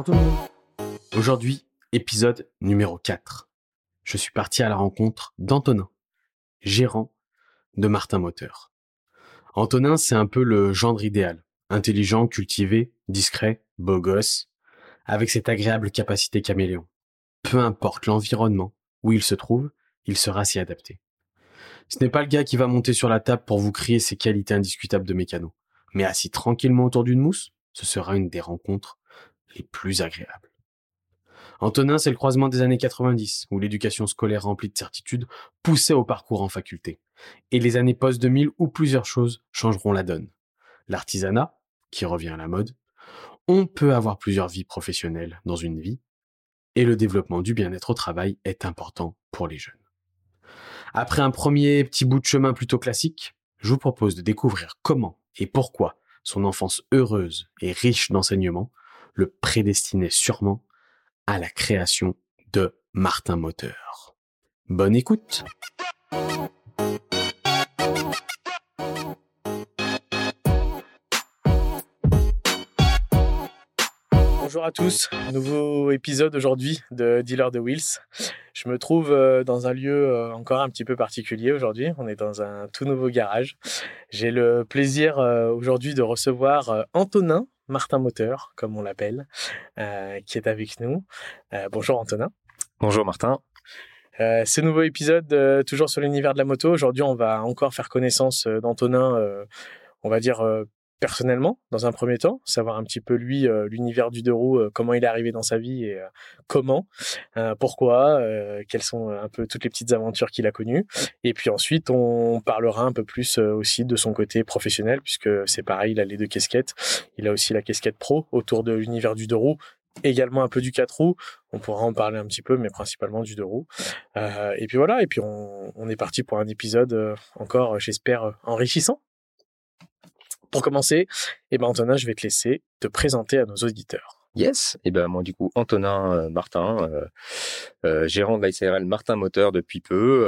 Bonjour tout le monde. Aujourd'hui, épisode numéro 4. Je suis parti à la rencontre d'Antonin, gérant de Martin Moteur. Antonin, c'est un peu le gendre idéal. Intelligent, cultivé, discret, beau gosse, avec cette agréable capacité caméléon. Peu importe l'environnement où il se trouve, il sera s'y adapter. Ce n'est pas le gars qui va monter sur la table pour vous crier ses qualités indiscutables de mécano. Mais assis tranquillement autour d'une mousse, ce sera une des rencontres les plus agréables. Antonin, c'est le croisement des années 90, où l'éducation scolaire remplie de certitudes poussait au parcours en faculté. Et les années post-2000, où plusieurs choses changeront la donne. L'artisanat, qui revient à la mode. On peut avoir plusieurs vies professionnelles dans une vie. Et le développement du bien-être au travail est important pour les jeunes. Après un premier petit bout de chemin plutôt classique, je vous propose de découvrir comment et pourquoi son enfance heureuse et riche d'enseignements le prédestinait sûrement à la création de Martin Moteur. Bonne écoute. Bonjour à tous, nouveau épisode aujourd'hui de Dealer de Wheels. Je me trouve dans un lieu encore un petit peu particulier aujourd'hui. On est dans un tout nouveau garage. J'ai le plaisir aujourd'hui de recevoir Antonin, Martin Moteur, comme on l'appelle, qui est avec nous. Bonjour Antonin. Bonjour Martin. Ce nouveau épisode, toujours sur l'univers de la moto. Aujourd'hui, on va encore faire connaissance d'Antonin, on va dire personnellement, dans un premier temps, savoir un petit peu lui, l'univers du deux roues, comment il est arrivé dans sa vie et comment, pourquoi, quelles sont un peu toutes les petites aventures qu'il a connues. Et puis ensuite, on parlera un peu plus aussi de son côté professionnel, puisque c'est pareil, il a les deux casquettes. Il a aussi la casquette pro autour de l'univers du deux roues, également un peu du 4 roues. On pourra en parler un petit peu, mais principalement du deux roues. Et puis voilà, et puis on est parti pour un épisode encore, j'espère, enrichissant. Pour commencer, Antonin, je vais te laisser te présenter à nos auditeurs. Yes, et moi du coup Antonin Martin, gérant de la SARL Martin Moteur depuis peu.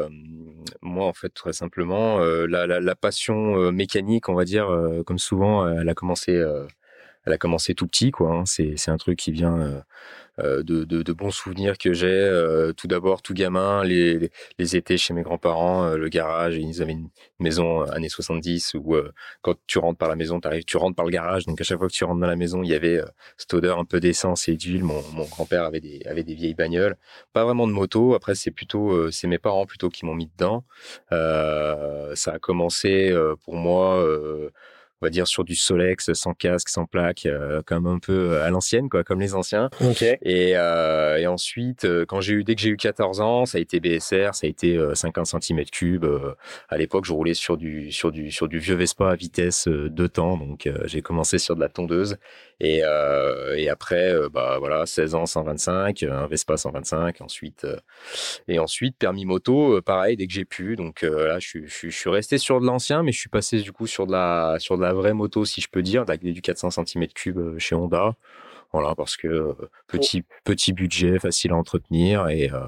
Moi en fait très simplement la passion mécanique, on va dire, comme souvent, elle a commencé tout petit quoi. Hein. C'est un truc qui vient de bons souvenirs que j'ai. Tout d'abord, tout gamin, les étés chez mes grands-parents, le garage, ils avaient une maison années 70 où quand tu rentres par la maison, tu rentres par le garage. Donc à chaque fois que tu rentres dans la maison, il y avait cette odeur un peu d'essence et d'huile. Mon grand-père avait des vieilles bagnoles, pas vraiment de moto. Après, c'est mes parents plutôt qui m'ont mis dedans. Ça a commencé pour moi. On va dire sur du Solex, sans casque, sans plaque, comme un peu à l'ancienne, quoi, comme les anciens. Okay. Et ensuite, dès que j'ai eu 14 ans, ça a été BSR, ça a été 50 cm3. À l'époque, je roulais sur du vieux Vespa à vitesse 2 temps, donc j'ai commencé sur de la tondeuse. Et après, voilà, 16 ans 125, un Vespa 125, ensuite permis moto, pareil dès que j'ai pu. Donc là, je suis resté sur de l'ancien, mais je suis passé du coup sur de la vraie moto, si je peux dire, du 400 cm3 chez Honda. Voilà, parce que petit budget, facile à entretenir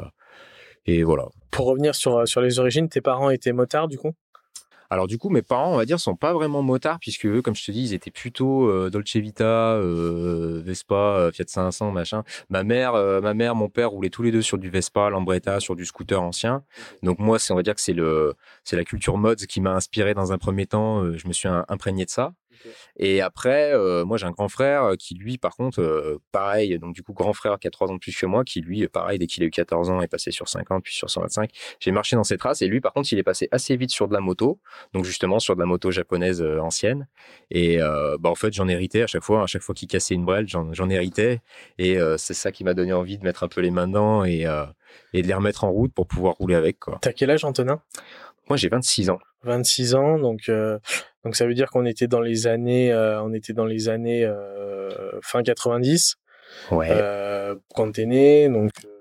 et voilà. Pour revenir sur les origines, tes parents étaient motards du coup ? Alors du coup, mes parents, on va dire, sont pas vraiment motards puisque eux, comme je te dis, ils étaient plutôt Dolce Vita, Vespa, Fiat 500, machin. Ma mère, mon père roulaient tous les deux sur du Vespa, Lambretta, sur du scooter ancien. Donc moi, on va dire que c'est la culture mods qui m'a inspiré dans un premier temps. Je me suis imprégné de ça. Et après, moi, j'ai un grand frère qui, lui, par contre, pareil, donc du coup, grand frère qui a 3 ans de plus que moi, qui, lui, pareil, dès qu'il a eu 14 ans, est passé sur 50, puis sur 125. J'ai marché dans ses traces. Et lui, par contre, il est passé assez vite sur de la moto. Donc, justement, sur de la moto japonaise ancienne. Et en fait, j'en héritais à chaque fois qu'il cassait une brelle, j'en héritais. Et c'est ça qui m'a donné envie de mettre un peu les mains dedans et de les remettre en route pour pouvoir rouler avec, quoi. T'as quel âge, Antonin ? Moi, j'ai 26 ans. 26 ans, donc ça veut dire qu'on était dans les années, fin 90. Ouais. Quand t'es né, donc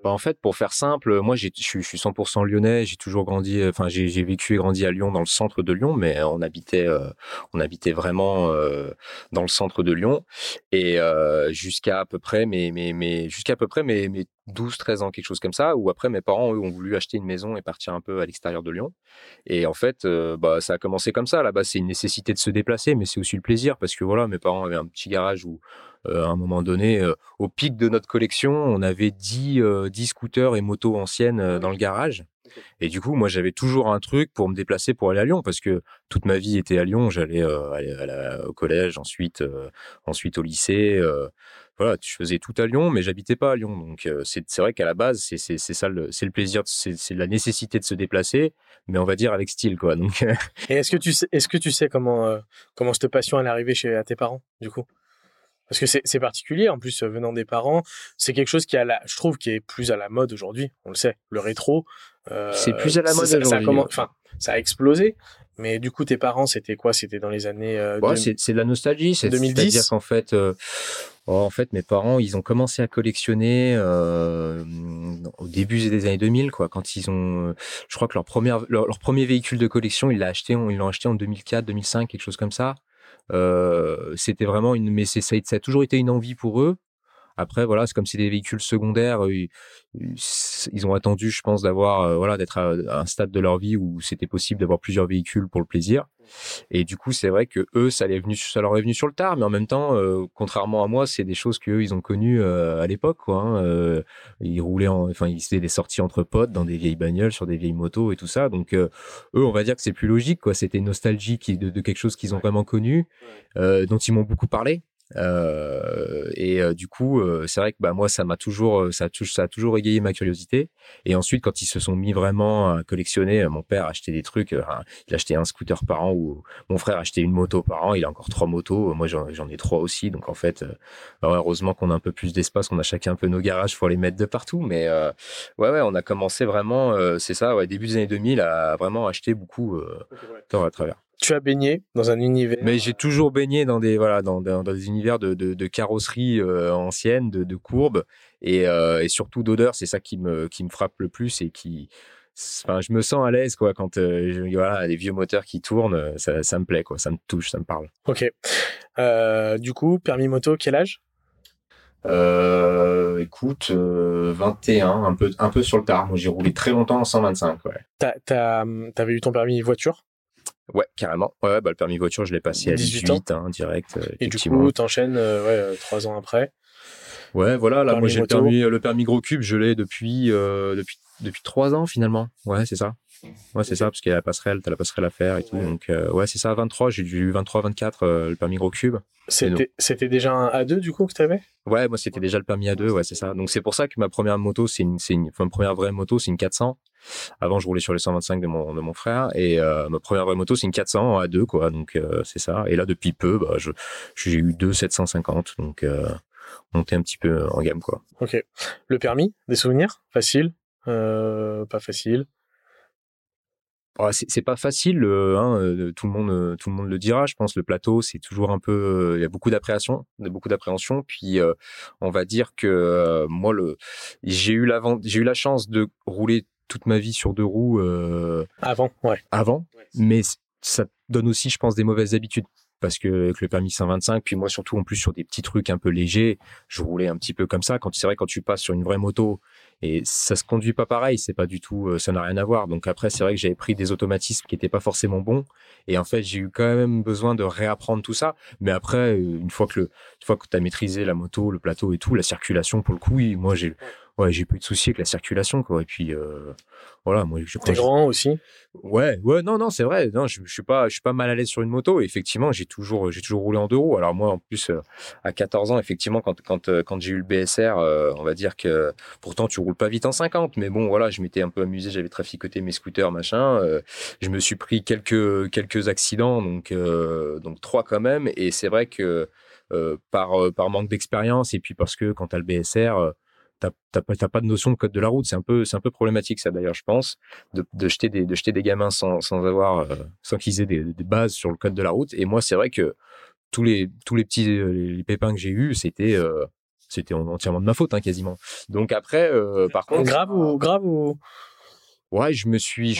Bah, en fait, pour faire simple, moi, je suis 100% lyonnais. J'ai toujours grandi, enfin, j'ai vécu et grandi à Lyon, dans le centre de Lyon, mais on habitait vraiment dans le centre de Lyon et jusqu'à à peu près mes 12, 13 ans, quelque chose comme ça. Où après, mes parents, eux, ont voulu acheter une maison et partir un peu à l'extérieur de Lyon. Et en fait, bah, ça a commencé comme ça. Là-bas, c'est une nécessité de se déplacer, mais c'est aussi le plaisir parce que voilà, mes parents avaient un petit garage où, à un moment donné, au pic de notre collection, on avait 10 scooters et motos anciennes dans le garage. Et du coup, moi, j'avais toujours un truc pour me déplacer pour aller à Lyon parce que toute ma vie était à Lyon. J'allais aller au collège, ensuite au lycée. Voilà, je faisais tout à Lyon, mais j'habitais pas à Lyon. Donc, c'est vrai qu'à la base, c'est ça, c'est le plaisir, c'est la nécessité de se déplacer, mais on va dire avec style, quoi. Donc, Et est-ce que tu sais comment cette passion elle est arrivée à tes parents, du coup? Parce que c'est particulier, en plus, venant des parents, c'est quelque chose je trouve, qui est plus à la mode aujourd'hui. On le sait, le rétro. c'est plus à la mode aujourd'hui. Enfin, ça a explosé. Mais du coup, tes parents, c'était quoi? C'était dans les années Ouais, c'est de la nostalgie. 2010. C'est-à-dire en fait, mes parents, ils ont commencé à collectionner au début des années 2000, quoi. Quand je crois que leur premier véhicule de collection, ils l'ont acheté en 2004, 2005, quelque chose comme ça. C'était vraiment mais ça a toujours été une envie pour eux. Après, voilà, c'est comme si des véhicules secondaires, ils ont attendu, je pense, d'être à un stade de leur vie où c'était possible d'avoir plusieurs véhicules pour le plaisir. Et du coup, c'est vrai que eux, ça leur est venu sur le tard, mais en même temps, contrairement à moi, c'est des choses qu'eux, ils ont connues à l'époque, quoi. Hein. Ils faisaient des sorties entre potes dans des vieilles bagnoles, sur des vieilles motos et tout ça. Donc, eux, on va dire que c'est plus logique, quoi. C'était une nostalgie de quelque chose qu'ils ont vraiment connu, dont ils m'ont beaucoup parlé. Du coup, c'est vrai que bah moi ça a toujours égayé ma curiosité. Et ensuite, quand ils se sont mis vraiment à collectionner, mon père achetait des trucs, il achetait un scooter par an, ou mon frère achetait une moto par an. Il a encore 3 motos, moi j'en ai 3 aussi. Donc en fait, heureusement qu'on a un peu plus d'espace, qu'on a chacun un peu nos garages pour les mettre de partout. Mais ouais, on a commencé vraiment, c'est ça, ouais, début des années 2000 à vraiment acheter beaucoup temps à travers. Tu as baigné dans un univers. Mais j'ai toujours baigné dans des univers de carrosserie ancienne, de courbes et surtout d'odeur. C'est ça qui me frappe le plus et enfin, je me sens à l'aise, quoi, quand voilà, les vieux moteurs qui tournent, ça me plaît, quoi, ça me touche, ça me parle. Ok. Du coup, permis moto, quel âge? Écoute, 21, un peu sur le tard. Moi, j'ai roulé très longtemps en 125, ouais. T'avais eu ton permis voiture? Ouais, carrément. Ouais, bah, le permis voiture, je l'ai passé à 18 ans, direct. Et du coup, t'enchaînes 3 ans après. Ouais, voilà, là, moi, j'ai moto. le permis gros cube, je l'ai depuis 3 ans, finalement. Ouais, c'est ça. Ouais, c'est ça, parce qu'il y a t'as la passerelle à faire et tout. Donc, ouais, c'est ça, 23, j'ai eu 23, 24, le permis gros cube. C'était déjà un A2, du coup, que t'avais? Ouais, moi, c'était déjà le permis A2, ouais, c'est ça. Donc, c'est pour ça que ma première moto, ma première vraie moto, c'est une 400. Avant, je roulais sur les 125 de mon frère, et ma première vraie moto, c'est une 400 en A2, quoi. Donc, c'est ça. Et là, depuis peu, bah, j'ai eu 2 750, donc monter un petit peu en gamme, quoi. Ok. Le permis, des souvenirs? Facile? Pas facile? C'est pas facile, tout le monde le dira. Je pense le plateau, c'est toujours un peu, il y a beaucoup d'appréhension. Puis on va dire que moi, j'ai eu la chance de rouler toute ma vie sur 2 roues avant, mais ça donne aussi, je pense, des mauvaises habitudes. Parce que avec le permis 125, puis moi surtout en plus sur des petits trucs un peu légers, je roulais un petit peu comme ça. C'est vrai, quand tu passes sur une vraie moto, et ça se conduit pas pareil, c'est pas du tout, ça n'a rien à voir. Donc après, c'est vrai que j'avais pris des automatismes qui étaient pas forcément bons, et en fait, j'ai eu quand même besoin de réapprendre tout ça. Mais après, une fois que t'as maîtrisé la moto, le plateau et tout, la circulation, pour le coup, oui, moi j'ai pas eu de soucis avec la circulation, quoi. Et puis voilà, moi t'es grand aussi. Ouais, non, c'est vrai. Non, je suis pas mal à l'aise sur une moto. Et effectivement, j'ai toujours roulé en 2 roues. Alors moi, en plus, à 14 ans, effectivement, quand j'ai eu le BSR, on va dire que pourtant tu roules pas vite en 50, mais bon, voilà, je m'étais un peu amusé, j'avais traficoté mes scooters, machin. Je me suis pris quelques accidents, donc 3 quand même. Et c'est vrai que par manque d'expérience, et puis parce que quand t'as le BSR, t'as pas de notion de code de la route. C'est un peu problématique, ça, d'ailleurs, je pense, de jeter des gamins sans qu'ils aient des bases sur le code de la route. Et moi, c'est vrai que tous les petits les pépins que j'ai eus, c'était c'était entièrement de ma faute, hein, quasiment. Donc après, par contre, grave ou ouais, je me suis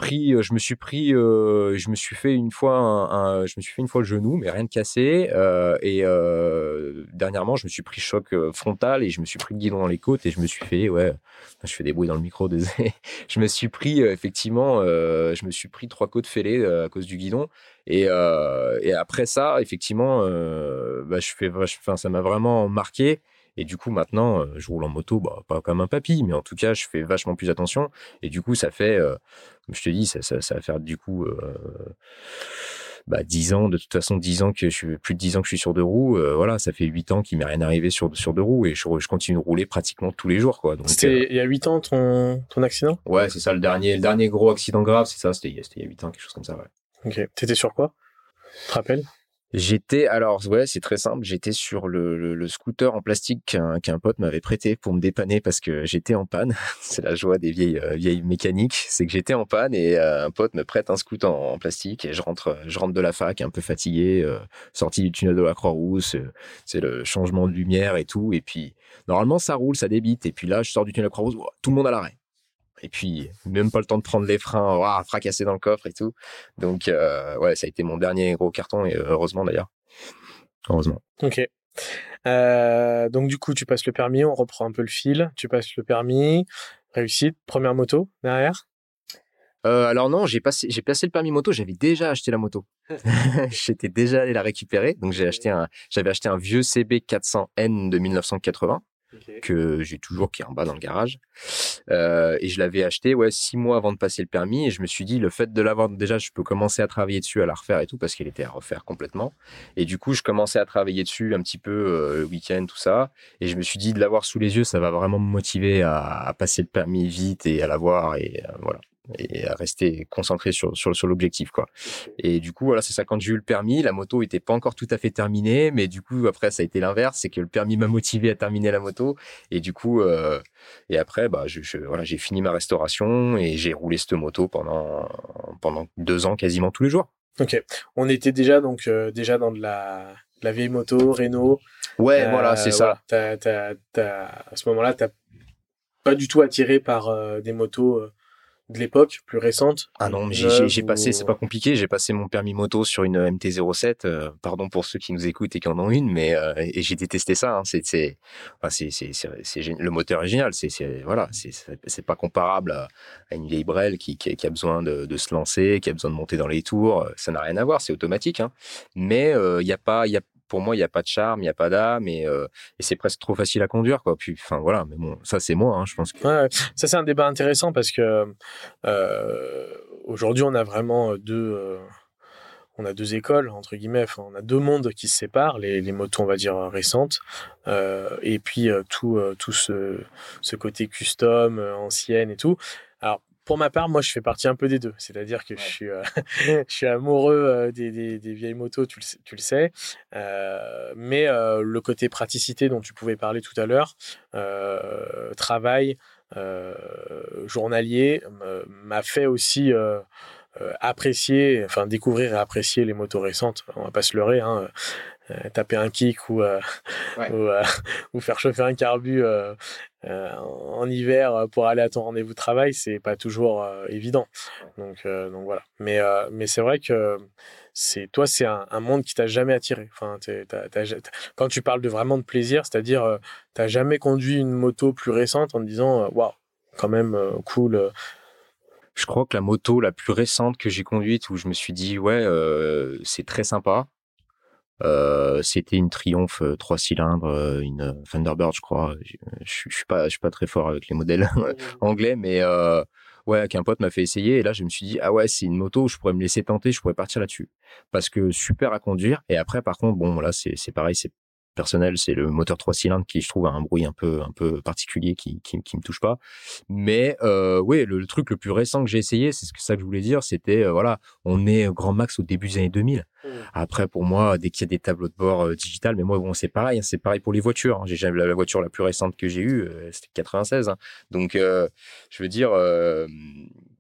fait une fois le genou, mais rien de cassé. Dernièrement, je me suis pris choc frontal et je me suis pris le guidon dans les côtes et je me suis fait, je fais des bruits dans le micro, désolé. Je me suis pris effectivement, je me suis pris 3 côtes fêlées à cause du guidon. Et après ça, effectivement, ça m'a vraiment marqué. Et du coup, maintenant, je roule en moto, pas comme un papy, mais en tout cas, je fais vachement plus attention. Et du coup, ça fait, comme je te dis, ça va faire du coup 10 ans, de toute façon, 10 ans plus de 10 ans que je suis sur 2 roues. Voilà, ça fait 8 ans qu'il m'est rien arrivé sur 2 roues et je continue de rouler pratiquement tous les jours, quoi. Donc, c'était il y a 8 ans ton accident? Ouais, c'est ça, le dernier gros accident grave, c'est ça, c'était il y a 8 ans, quelque chose comme ça, ouais. Ok. T'étais sur quoi? Tu te rappelles? C'est très simple. J'étais sur le scooter en plastique qu'un pote m'avait prêté pour me dépanner parce que j'étais en panne. C'est la joie des vieilles mécaniques. C'est que j'étais en panne et un pote me prête un scooter en plastique et je rentre de la fac un peu fatigué, sorti du tunnel de la Croix-Rousse. C'est le changement de lumière et tout. Et puis, normalement, ça roule, ça débite. Et puis là, je sors du tunnel de la Croix-Rousse, tout le monde à l'arrêt. Et puis, même pas le temps de prendre les freins, fracassé dans le coffre et tout. Donc, ça a été mon dernier gros carton et heureusement d'ailleurs. Heureusement. Ok. Donc, du coup, tu passes le permis, on reprend un peu le fil. Tu passes le permis, réussite, première moto derrière? Alors non, j'ai passé le permis moto, j'avais déjà acheté la moto. J'étais déjà allé la récupérer. Donc, j'avais acheté un vieux CB 400N de 1980. Okay. Que j'ai toujours, qui est en bas dans le garage. Et je l'avais acheté 6 mois avant de passer le permis et je me suis dit le fait de l'avoir déjà, je peux commencer à travailler dessus, à la refaire et tout parce qu'elle était à refaire complètement. Et du coup, je commençais à travailler dessus un petit peu le week-end, tout ça. Et je me suis dit de l'avoir sous les yeux, ça va vraiment me motiver à passer le permis vite et à l'avoir et voilà. Et à rester concentré sur l'objectif, quoi. Et du coup, voilà, c'est ça, quand j'ai eu le permis, la moto était pas encore tout à fait terminée, mais du coup, après, ça a été l'inverse, c'est que le permis m'a motivé à terminer la moto. Et du coup, et après, j'ai fini ma restauration et j'ai roulé cette moto pendant 2 ans, quasiment tous les jours. Ok. On était déjà dans de la vieille moto, Renault. Ouais, voilà, c'est ça. À ce moment-là, t'as pas du tout attiré par des motos de l'époque, plus récente. Ah non, mais j'ai passé, c'est pas compliqué, j'ai passé mon permis moto sur une MT-07, pardon pour ceux qui nous écoutent et qui en ont une, mais et j'ai détesté ça, hein. Le moteur est génial, c'est pas comparable à une vieille Brel qui a besoin de se lancer, qui a besoin de monter dans les tours, ça n'a rien à voir, c'est automatique, hein. Mais pour moi, il n'y a pas de charme, il n'y a pas d'âme et c'est presque trop facile à conduire, quoi. Puis, enfin, voilà, mais bon, ça, c'est moi, hein, je pense que... Ouais, ça, c'est un débat intéressant parce que aujourd'hui, on a vraiment on a deux écoles, entre guillemets, enfin, on a deux mondes qui se séparent, les motos, on va dire, récentes, et puis tout ce côté custom, ancienne et tout. Alors, pour ma part, moi, je fais partie un peu des deux. C'est-à-dire que je suis amoureux des vieilles motos, tu le sais. Mais le côté praticité dont tu pouvais parler tout à l'heure, travail journalier, m'a fait aussi apprécier, enfin découvrir et apprécier les motos récentes. On va pas se leurrer, hein. Taper un kick ou faire chauffer un carbu en hiver pour aller à ton rendez-vous de travail, c'est pas toujours évident. Donc voilà. Mais c'est vrai que c'est un monde qui t'a jamais attiré. Enfin, quand tu parles de vraiment de plaisir, c'est-à-dire t'as jamais conduit une moto plus récente en te disant waouh, quand même cool. Je crois que la moto la plus récente que j'ai conduite où je me suis dit c'est très sympa. C'était une Triumph 3 cylindres, une Thunderbird, je crois. Je suis pas très fort avec les modèles anglais, mais qu'un pote m'a fait essayer. Et là, je me suis dit, ah ouais, c'est une moto où je pourrais me laisser tenter, je pourrais partir là-dessus. Parce que super à conduire. Et après, par contre, bon, là, c'est pareil, c'est personnel, c'est le moteur 3 cylindres qui, je trouve, a un bruit un peu particulier qui me touche pas. Mais le truc le plus récent que j'ai essayé, c'est ça que je voulais dire, c'était on est grand max au début des années 2000. Après, pour moi, dès qu'il y a des tableaux de bord digital, mais moi, bon, c'est pareil, hein, c'est pareil pour les voitures, hein. J'ai jamais la voiture la plus récente que j'ai eue, c'était 96. Hein. Donc, je veux dire,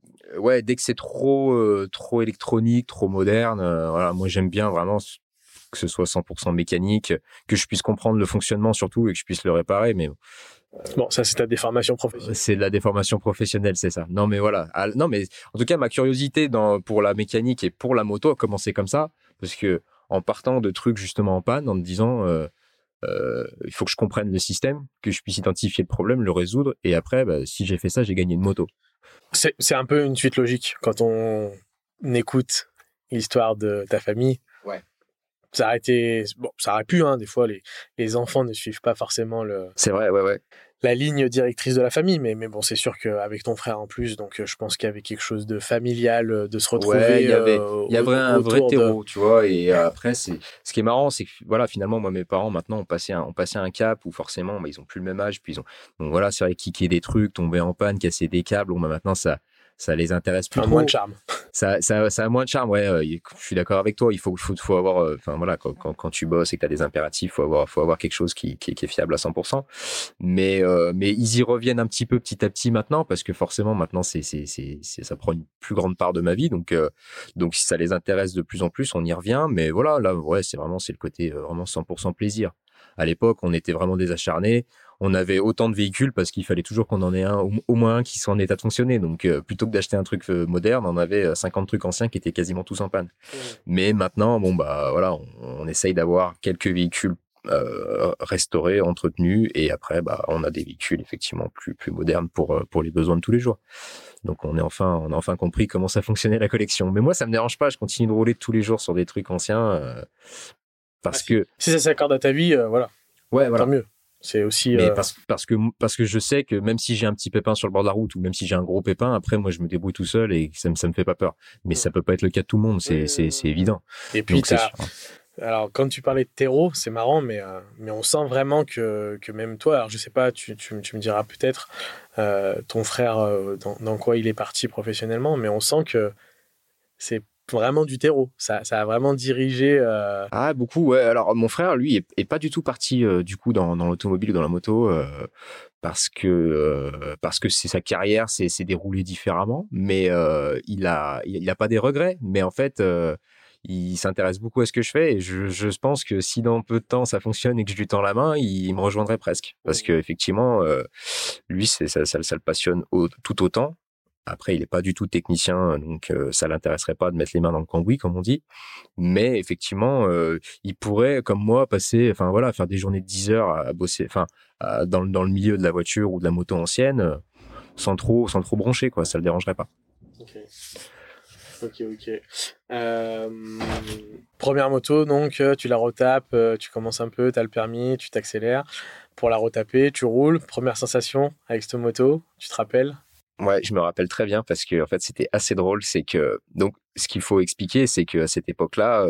dès que c'est trop électronique, trop moderne, moi, j'aime bien vraiment que ce soit 100% mécanique, que je puisse comprendre le fonctionnement surtout et que je puisse le réparer. Mais Bon, ça, c'est ta déformation professionnelle. c'est de la déformation professionnelle, c'est ça. Non, mais voilà. Non, mais en tout cas, ma curiosité pour la mécanique et pour la moto a commencé comme ça, parce que en partant de trucs justement en panne, en me disant, il faut que je comprenne le système, que je puisse identifier le problème, le résoudre, et après, si j'ai fait ça, j'ai gagné une moto. C'est un peu une suite logique quand on écoute l'histoire de ta famille. Ouais. Ça aurait été, bon, ça aurait pu, hein, des fois, les enfants ne suivent pas forcément C'est vrai, ouais. la ligne directrice de la famille, mais bon, c'est sûr qu'avec ton frère en plus, donc je pense qu'il y avait quelque chose de familial, de se retrouver. Ouais, il y avait un vrai terreau, tu vois. Et après, ce qui est marrant, c'est que voilà, finalement, moi, mes parents maintenant ont passé un cap où forcément, ils ont plus le même âge, puis donc voilà, c'est vrai, kicker des trucs, tomber en panne, casser des câbles. Bon, maintenant, ça les intéresse plus trop. Moins de charme. Ça a moins de charme, ouais. Je suis d'accord avec toi. Il faut avoir, enfin voilà, quand tu bosses et que tu as des impératifs, faut avoir quelque chose qui est fiable à 100%. Mais ils y reviennent un petit peu petit à petit maintenant, parce que forcément maintenant ça prend une plus grande part de ma vie, donc si ça les intéresse de plus en plus, on y revient. Mais voilà, là, ouais, c'est le côté vraiment 100% plaisir. À l'époque, on était vraiment des acharnés. On avait autant de véhicules parce qu'il fallait toujours qu'on en ait au moins un qui soit en état de fonctionner. Donc, plutôt que d'acheter un truc moderne, on avait 50 trucs anciens qui étaient quasiment tous en panne. Mais maintenant, voilà, on essaye d'avoir quelques véhicules restaurés, entretenus, et après, on a des véhicules effectivement plus modernes pour les besoins de tous les jours. Donc, on a enfin compris comment ça fonctionnait la collection. Mais moi, ça me dérange pas. Je continue de rouler tous les jours sur des trucs anciens parce que si ça s'accorde à ta vie, voilà. Ouais, voilà. Tant mieux. C'est aussi. Mais parce que je sais que même si j'ai un petit pépin sur le bord de la route, ou même si j'ai un gros pépin, après moi je me débrouille tout seul et ça me fait pas peur. Mais ça peut pas être le cas de tout le monde, c'est évident. Et puis donc, alors quand tu parlais de terreau, c'est marrant, mais on sent vraiment que même toi, alors je sais pas, tu me diras peut-être ton frère dans quoi il est parti professionnellement, mais on sent que c'est vraiment du terreau. Ça a vraiment dirigé. Ah, beaucoup, ouais. Alors, mon frère, lui, est pas du tout parti, du coup, dans l'automobile ou dans la moto, parce que c'est sa carrière, s'est déroulée différemment. Mais il a pas des regrets. Mais en fait, il s'intéresse beaucoup à ce que je fais. Et je pense que si dans peu de temps ça fonctionne et que je lui tends la main, il me rejoindrait presque. Parce que effectivement, lui, ça le passionne tout autant. Après, il n'est pas du tout technicien, donc ça l'intéresserait pas de mettre les mains dans le cambouis, comme on dit. Mais effectivement, il pourrait, comme moi, faire des journées de 10 heures à bosser, dans le milieu de la voiture ou de la moto ancienne, sans trop broncher, quoi. Ça le dérangerait pas. Ok. Première moto, donc tu la retapes, tu commences un peu, tu as le permis, tu t'accélères pour la retaper, tu roules. Première sensation avec cette moto, tu te rappelles? Ouais, je me rappelle très bien parce que en fait c'était assez drôle. C'est que donc ce qu'il faut expliquer, c'est qu'à cette époque-là,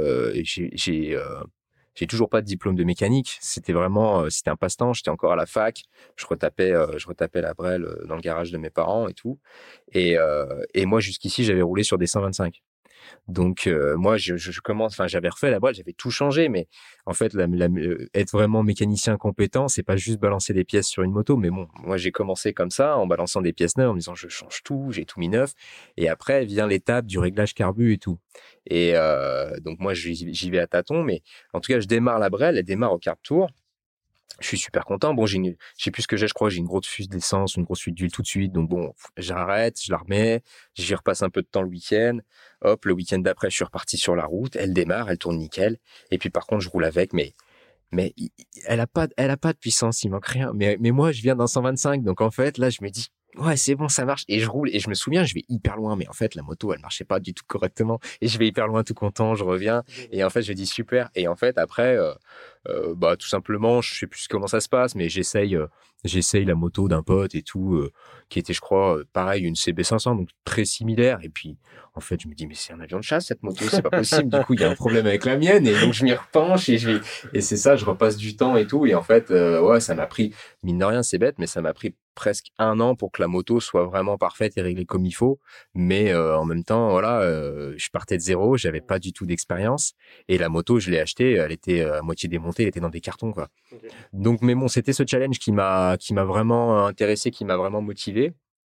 j'ai toujours pas de diplôme de mécanique. C'était vraiment c'était un passe-temps. J'étais encore à la fac. Je retapais la Brel dans le garage de mes parents et tout. Et moi jusqu'ici j'avais roulé sur des 125. Donc moi je commence, j'avais refait la boîte, j'avais tout changé, mais en fait être vraiment mécanicien compétent, c'est pas juste balancer des pièces sur une moto. Mais bon, moi j'ai commencé comme ça en balançant des pièces neuves, en me disant je change tout, j'ai tout mis neuf, et après vient l'étape du réglage carbu et tout. Et donc moi j'y vais à tâtons, mais en tout cas je démarre la Brel, elle démarre au quart de tour. Je suis super content. Bon, je sais plus ce que j'ai, je crois que j'ai une grosse fuite d'essence, une grosse fuite d'huile tout de suite. Donc bon, j'arrête, je la remets, j'y repasse un peu de temps le week-end. Hop, le week-end d'après, je suis reparti sur la route. Elle démarre, elle tourne nickel. Et puis par contre, je roule avec, mais elle a pas de puissance, il manque rien. Mais moi, je viens d'un 125, donc en fait, là, je me dis, ouais, c'est bon, ça marche. Et je roule, et je me souviens, je vais hyper loin, mais en fait, la moto, elle marchait pas du tout correctement. Et je vais hyper loin, tout content, je reviens. Et en fait, je dis super. Et en fait, après, tout simplement, je sais plus comment ça se passe, mais j'essaye la moto d'un pote et tout, qui était, je crois, pareil, une CB500, donc très similaire. Et puis, en fait, je me dis, mais c'est un avion de chasse, cette moto, c'est pas possible. Du coup, il y a un problème avec la mienne. Et donc, je m'y repenche et c'est ça, je repasse du temps et tout. Et en fait, ouais, ça m'a pris, mine de rien, c'est bête, mais ça m'a pris presque 1 an pour que la moto soit vraiment parfaite et réglée comme il faut. Mais en même temps, voilà, je partais de zéro, j'avais pas du tout d'expérience. Et la moto, je l'ai achetée, elle était à moitié démontée, elle était dans des cartons, quoi. Okay. Donc, mais bon, c'était ce challenge qui m'a vraiment intéressé, qui m'a vraiment motivé.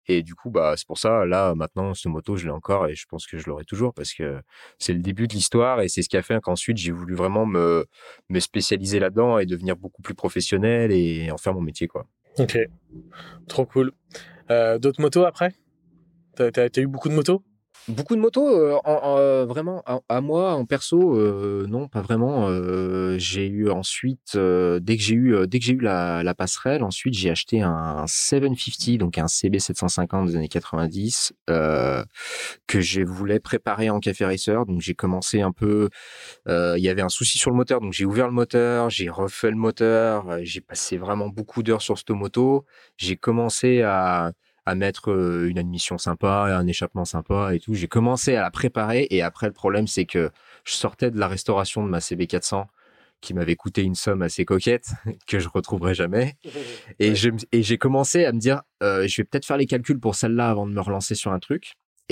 Et du coup, bah, c'est pour ça, là, maintenant, ce moto, je l'ai encore et je pense que je l'aurai toujours parce que c'est le début de l'histoire et c'est ce qui a fait qu'ensuite, j'ai voulu vraiment me spécialiser là-dedans et devenir beaucoup plus professionnel et en faire mon métier, quoi. Ok, trop cool. D'autres motos après? T'as eu beaucoup de motos? Beaucoup de motos, vraiment, à moi, en perso, non, pas vraiment. J'ai eu ensuite, dès que j'ai eu la passerelle, ensuite, j'ai acheté un 750, donc un CB 750 des années 90, que je voulais préparer en café racer. Donc, j'ai commencé un peu, il y avait un souci sur le moteur, donc j'ai ouvert le moteur, j'ai refait le moteur, j'ai passé vraiment beaucoup d'heures sur cette moto. J'ai commencé à mettre une admission sympa, un échappement sympa et tout. J'ai commencé à la préparer et après, le problème, c'est que je sortais de la restauration de ma CB400 qui m'avait coûté une somme assez coquette que je retrouverai jamais. Et, j'ai commencé à me dire, je vais peut-être faire les calculs pour celle-là avant de me relancer sur un truc.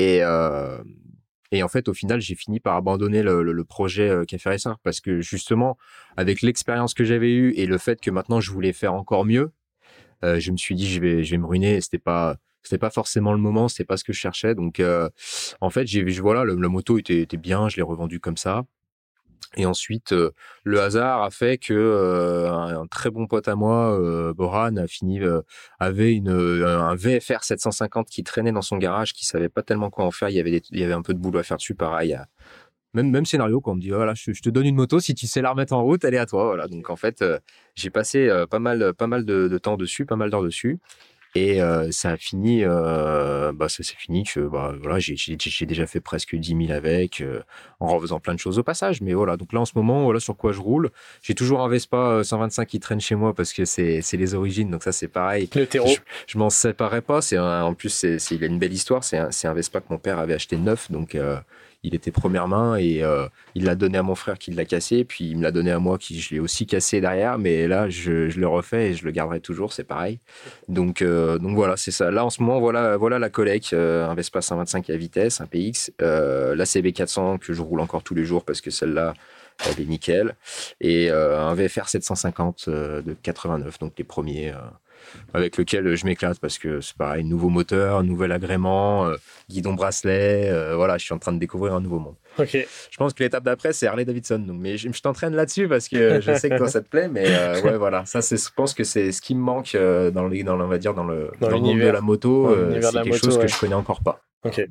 Et en fait, au final, j'ai fini par abandonner le projet Café Racer parce que justement, avec l'expérience que j'avais eue et le fait que maintenant je voulais faire encore mieux, je me suis dit je vais me ruiner. C'était pas forcément le moment, c'était pas ce que je cherchais. Donc en fait, voilà, la moto était bien, je l'ai revendue comme ça. Et ensuite, le hasard a fait que un très bon pote à moi, Boran, avait un VFR 750 qui traînait dans son garage, qui savait pas tellement quoi en faire. Il y avait un peu de boulot à faire dessus, pareil. Même scénario, quoi. On me dit, voilà, je te donne une moto, si tu sais la remettre en route, elle est à toi. Voilà. Donc, en fait, j'ai passé pas mal de temps dessus, pas mal d'heures dessus. Et ça a fini, ça s'est fini que, bah, voilà, j'ai déjà fait presque 10 000 avec, en refaisant plein de choses au passage. Mais voilà, donc là, en ce moment, voilà sur quoi je roule. J'ai toujours un Vespa 125 qui traîne chez moi parce que c'est les origines. Donc ça, c'est pareil. Le terreau. Je m'en séparais pas. En plus, il a une belle histoire. C'est un Vespa que mon père avait acheté neuf. Donc, il était première main et il l'a donné à mon frère qui l'a cassé, puis il me l'a donné à moi qui je l'ai aussi cassé derrière, mais là je le refais et je le garderai toujours, c'est pareil. Donc voilà, c'est ça. Là en ce moment, voilà la collecte, un Vespa 125 à vitesse, un PX, la CB400 que je roule encore tous les jours parce que celle-là elle est nickel, et un VFR 750 de 89, donc les premiers. Avec lequel je m'éclate parce que c'est pareil, nouveau moteur, nouvel agrément, guidon bracelet, voilà, je suis en train de découvrir un nouveau monde. Ok. Je pense que l'étape d'après, c'est Harley Davidson. Donc, mais je t'entraîne là-dessus parce que je sais que toi, ça te plaît, mais ouais, voilà, ça, je pense que c'est ce qui me manque on va dire, dans le monde de la moto, c'est quelque chose que je connais encore pas. Ok.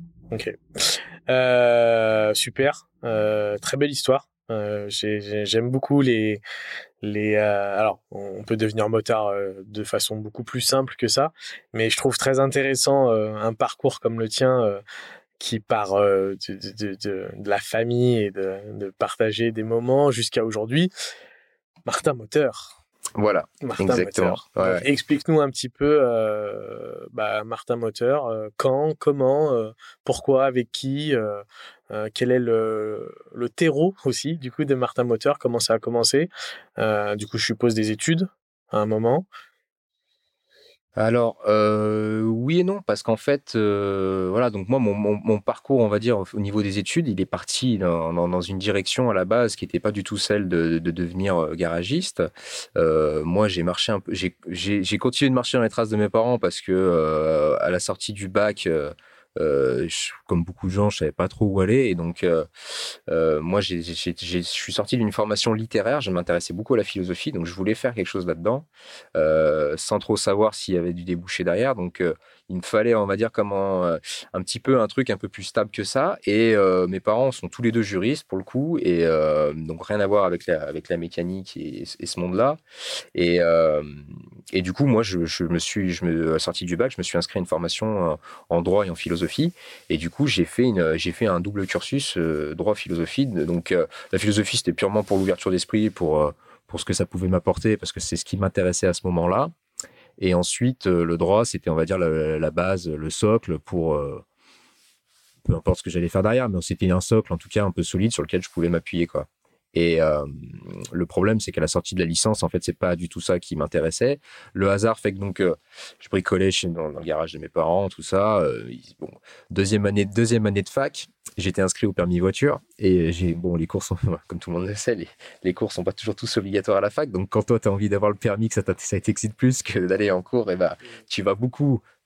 Super. Très belle histoire. J'aime beaucoup alors, on peut devenir motard de façon beaucoup plus simple que ça, mais je trouve très intéressant un parcours comme le tien qui part de la famille et de partager des moments jusqu'à aujourd'hui. Martin Moteur. Voilà, Martin exactement. Moteur. Ouais. Explique-nous un petit peu Martin Moteur, quand, comment, pourquoi, avec qui, quel est le terreau aussi du coup de Martin Moteur, comment ça a commencé. Du coup, je suppose des études à un moment. Alors, oui et non, parce qu'en fait, voilà, donc moi, mon parcours, on va dire, au niveau des études, il est parti dans une direction à la base qui n'était pas du tout celle de devenir garagiste. Moi, j'ai marché un peu, j'ai continué de marcher dans les traces de mes parents parce que à la sortie du bac, comme beaucoup de gens, je savais pas trop où aller, et donc moi, je suis sorti d'une formation littéraire. Je m'intéressais beaucoup à la philosophie, donc je voulais faire quelque chose là-dedans, sans trop savoir s'il y avait du débouché derrière. Donc il me fallait, on va dire, un petit peu un truc un peu plus stable que ça. Et mes parents sont tous les deux juristes pour le coup, et donc rien à voir avec la mécanique et ce monde-là. Et du coup, moi, sorti du bac, je me suis inscrit à une formation en droit et en philosophie. Et du coup, j'ai fait un double cursus droit-philosophie. Donc, la philosophie, c'était purement pour l'ouverture d'esprit, pour ce que ça pouvait m'apporter, parce que c'est ce qui m'intéressait à ce moment-là. Et ensuite, le droit, c'était, on va dire, la base, le socle pour peu importe ce que j'allais faire derrière, mais c'était un socle, en tout cas, un peu solide sur lequel je pouvais m'appuyer, quoi. Et le problème, c'est qu'à la sortie de la licence, en fait, c'est pas du tout ça qui m'intéressait. Le hasard fait que donc je bricolais dans le garage de mes parents, tout ça. Deuxième année de fac, j'étais inscrit au permis voiture, et les cours sont, comme tout le monde le sait, les cours sont pas toujours tous obligatoires à la fac. Donc quand toi, tu as envie d'avoir le permis, que ça t'excite plus que d'aller en cours, et tu vas beaucoup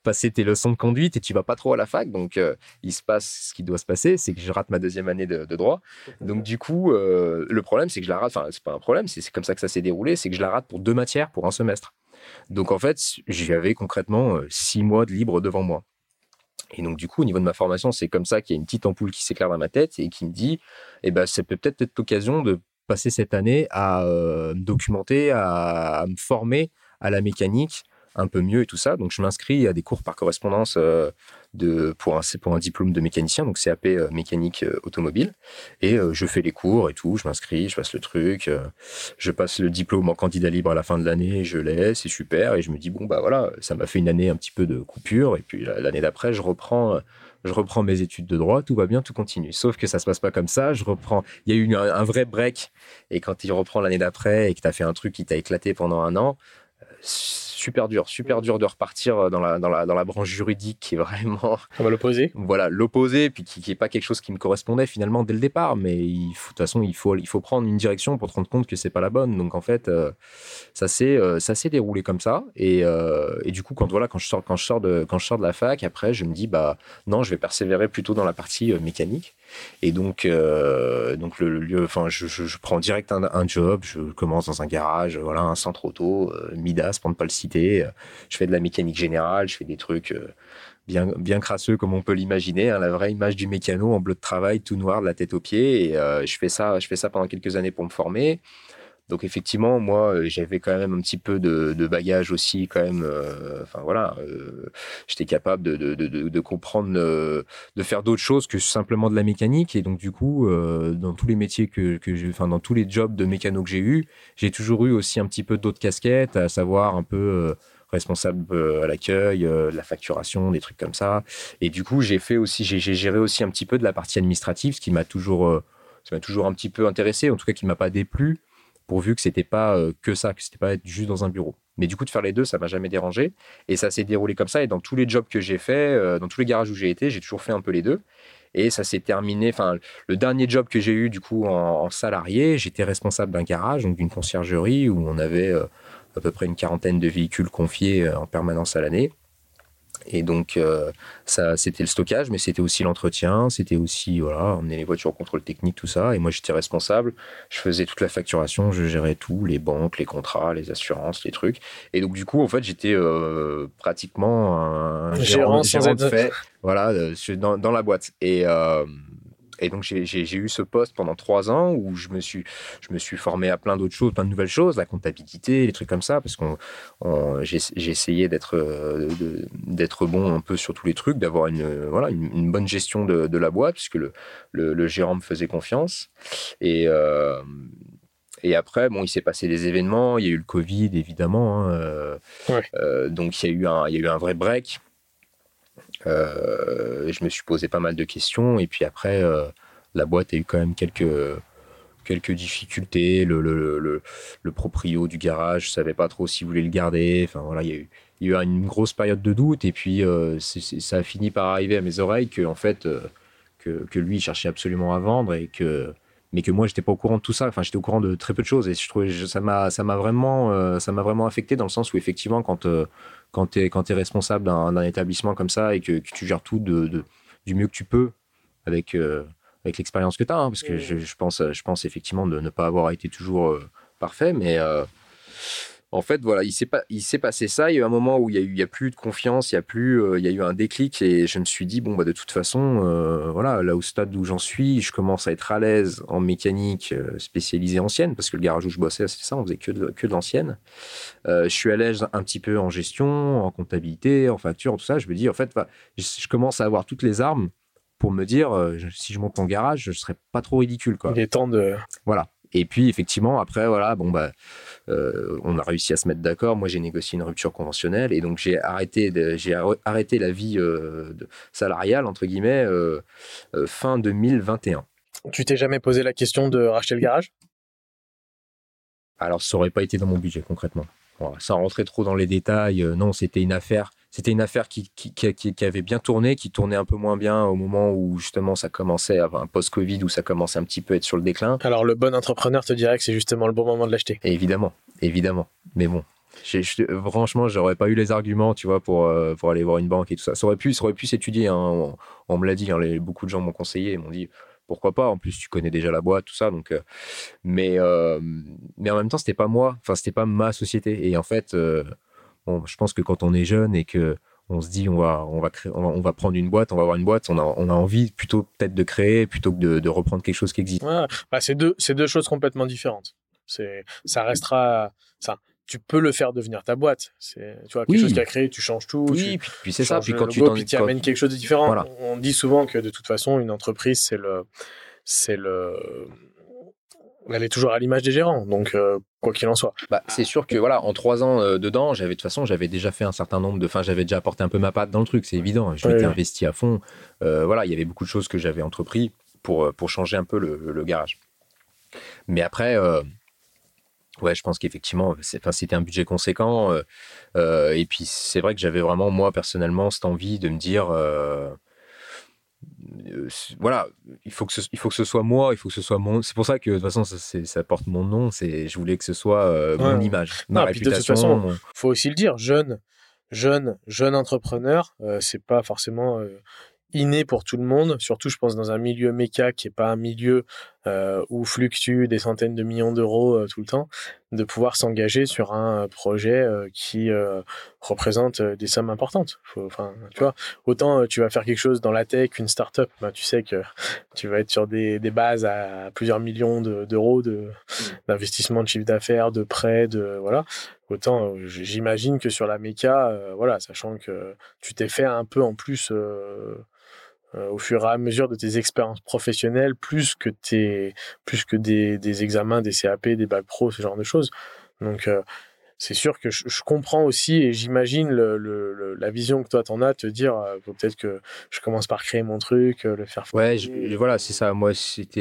passer tes leçons de conduite et tu vas pas trop à la fac. Donc, il se passe ce qui doit se passer, c'est que je rate ma deuxième année de droit. Donc, du coup, le problème, c'est que je la rate. Enfin, c'est pas un problème, c'est comme ça que ça s'est déroulé. C'est que je la rate pour 2 matières pour un semestre. Donc, en fait, j'avais concrètement 6 mois de libre devant moi. Et donc, du coup, au niveau de ma formation, c'est comme ça qu'il y a une petite ampoule qui s'éclaire dans ma tête et qui me dit, eh ben, ça peut peut-être être l'occasion de passer cette année à me documenter, à me former à la mécanique un peu mieux et tout ça. Donc, je m'inscris à des cours par correspondance pour un diplôme de mécanicien, donc CAP mécanique automobile. Et je fais les cours et tout, je m'inscris, je passe le truc, je passe le diplôme en candidat libre à la fin de l'année, je l'ai, c'est super. Et je me dis, bon, bah voilà, ça m'a fait une année un petit peu de coupure. Et puis l'année d'après, je reprends mes études de droit, tout va bien, tout continue. Sauf que ça se passe pas comme ça. Il y a eu un vrai break. Et quand il reprend l'année d'après et que tu as fait un truc qui t'a éclaté pendant un an, super dur de repartir dans la branche juridique qui est vraiment l'opposé. Voilà, l'opposé, puis qui est pas quelque chose qui me correspondait finalement dès le départ, mais de toute façon il faut prendre une direction pour te rendre compte que c'est pas la bonne. Donc en fait ça s'est déroulé comme ça et du coup quand je sors de la fac, après je me dis bah non, je vais persévérer plutôt dans la partie mécanique. Et donc je prends direct un job, je commence dans un garage, voilà, un centre auto, Midas pour ne pas le citer. Je fais de la mécanique générale, je fais des trucs bien crasseux comme on peut l'imaginer, hein, la vraie image du mécano en bleu de travail, tout noir de la tête aux pieds. Et je fais ça pendant quelques années pour me former. Donc effectivement, moi, j'avais quand même un petit peu de bagage aussi, quand même. J'étais capable de comprendre, de faire d'autres choses que simplement de la mécanique. Et donc du coup, dans tous les métiers dans tous les jobs de mécano que j'ai toujours eu aussi un petit peu d'autres casquettes, à savoir un peu responsable à l'accueil, de la facturation, des trucs comme ça. Et du coup, j'ai géré aussi un petit peu de la partie administrative, ce qui m'a toujours un petit peu intéressé, en tout cas qui m'a pas déplu, pourvu que c'était pas que c'était pas être juste dans un bureau. Mais du coup, de faire les deux, ça m'a jamais dérangé. Et ça s'est déroulé comme ça. Et dans tous les jobs que j'ai fait, dans tous les garages où j'ai été, j'ai toujours fait un peu les deux. Et ça s'est terminé. Enfin, le dernier job que j'ai eu, du coup, en salarié, j'étais responsable d'un garage, donc d'une conciergerie où on avait à peu près une 40aine de véhicules confiés en permanence à l'année. Et donc, ça, c'était le stockage, mais c'était aussi l'entretien, c'était aussi, voilà, emmener les voitures au contrôle technique, tout ça. Et moi, j'étais responsable, je faisais toute la facturation, je gérais tout, les banques, les contrats, les assurances, les trucs. Et donc, du coup, en fait, j'étais pratiquement un gérant de fait, voilà, dans la boîte. Et donc, j'ai eu ce poste pendant 3 ans où je me suis formé à plein d'autres choses, plein de nouvelles choses, la comptabilité, les trucs comme ça, parce que j'ai essayé d'être bon un peu sur tous les trucs, d'avoir une bonne gestion de la boîte, puisque le gérant me faisait confiance. Et après, bon, il s'est passé des événements, il y a eu le Covid, évidemment. Donc, il y a eu un vrai break. Je me suis posé pas mal de questions et puis après la boîte a eu quand même quelques difficultés. Le proprio du garage savait pas trop s'il voulait le garder. Enfin voilà, il y a eu une grosse période de doute et puis ça a fini par arriver à mes oreilles que en fait que lui il cherchait absolument à vendre mais que moi j'étais pas au courant de tout ça. Enfin, j'étais au courant de très peu de choses et je trouvais ça m'a vraiment affecté dans le sens où effectivement quand t'es responsable d'un établissement comme ça et que tu gères tout du mieux que tu peux avec l'expérience que tu as, hein, parce que je pense effectivement de ne pas avoir été toujours parfait, mais en fait, voilà, il s'est passé ça. Il y a eu un moment où il y a plus de confiance, il y a eu un déclic et je me suis dit, bon, bah, de toute façon, voilà, là au stade où j'en suis, je commence à être à l'aise en mécanique spécialisée ancienne, parce que le garage où je bossais, c'était ça, on faisait que de l'ancienne. Je suis à l'aise un petit peu en gestion, en comptabilité, en facture, tout ça. Je me dis, en fait, je commence à avoir toutes les armes pour me dire, si je monte en garage, je serais pas trop ridicule, quoi. Il est temps de... Voilà. Et puis, effectivement, après, voilà, bon, bah, on a réussi à se mettre d'accord. Moi, j'ai négocié une rupture conventionnelle et donc j'ai arrêté la vie salariale, entre guillemets, fin 2021. Tu t'es jamais posé la question de racheter le garage ? Alors, ça aurait pas été dans mon budget, concrètement. Voilà, sans rentrer trop dans les détails, non, c'était une affaire qui avait bien tourné, qui tournait un peu moins bien au moment où justement ça commençait, post-Covid, où ça commençait un petit peu à être sur le déclin. Alors le bon entrepreneur te dirait que c'est justement le bon moment de l'acheter. Et évidemment. Mais bon, Franchement, j'aurais pas eu les arguments, tu vois, pour aller voir une banque et tout ça. Ça aurait pu s'étudier, hein. On me l'a dit, hein, beaucoup de gens m'ont conseillé, ils m'ont dit pourquoi pas. En plus, tu connais déjà la boîte, tout ça, donc. Mais en même temps, c'était pas moi. Enfin, c'était pas ma société. Et en fait, bon, je pense que quand on est jeune et que on se dit on va prendre une boîte, on va avoir une boîte, on a envie plutôt peut-être de créer plutôt que de reprendre quelque chose qui existe. Ouais, bah c'est deux choses complètement différentes. Ça restera ça. Tu peux le faire devenir ta boîte. C'est, tu vois, quelque chose qui a créé, tu changes tout. Oui, puis c'est ça. Puis quand logo, puis tu amènes quelque chose de différent. Voilà. On dit souvent que de toute façon, une entreprise, elle est toujours à l'image des gérants. Donc, quoi qu'il en soit. Bah, c'est sûr que voilà, en 3 ans dedans, de toute façon, j'avais déjà fait un certain nombre j'avais déjà apporté un peu ma patte dans le truc, c'est évident. Je m'étais investi à fond. Voilà, il y avait beaucoup de choses que j'avais entrepris pour changer un peu le garage. Mais après, ouais, je pense qu'effectivement, c'était un budget conséquent. Et puis, c'est vrai que j'avais vraiment, moi, personnellement, cette envie de me dire, voilà, il faut que ce soit moi, il faut que ce soit mon. C'est pour ça que, de toute façon, ça porte mon nom. Je voulais que ce soit mon image, ma réputation. De toute façon, faut aussi le dire, jeune entrepreneur, c'est pas forcément inné pour tout le monde, surtout je pense dans un milieu méca qui est pas un milieu où fluctuent des centaines de millions d'euros tout le temps, de pouvoir s'engager sur un projet qui représente des sommes importantes. Enfin, tu vois, autant tu vas faire quelque chose dans la tech, une start-up, bah, tu sais que tu vas être sur des bases à plusieurs millions d'euros d'investissement de chiffre d'affaires, de prêts, voilà. Autant j'imagine que sur la méca, voilà, sachant que tu t'es fait un peu en plus au fur et à mesure de tes expériences professionnelles, plus que des examens, des CAP, des bacs pro, ce genre de choses. Donc c'est sûr que je comprends aussi et j'imagine la vision que toi t'en as, te dire faut peut-être que je commence par créer mon truc, le faire. Ouais, voilà, c'est ça. Moi,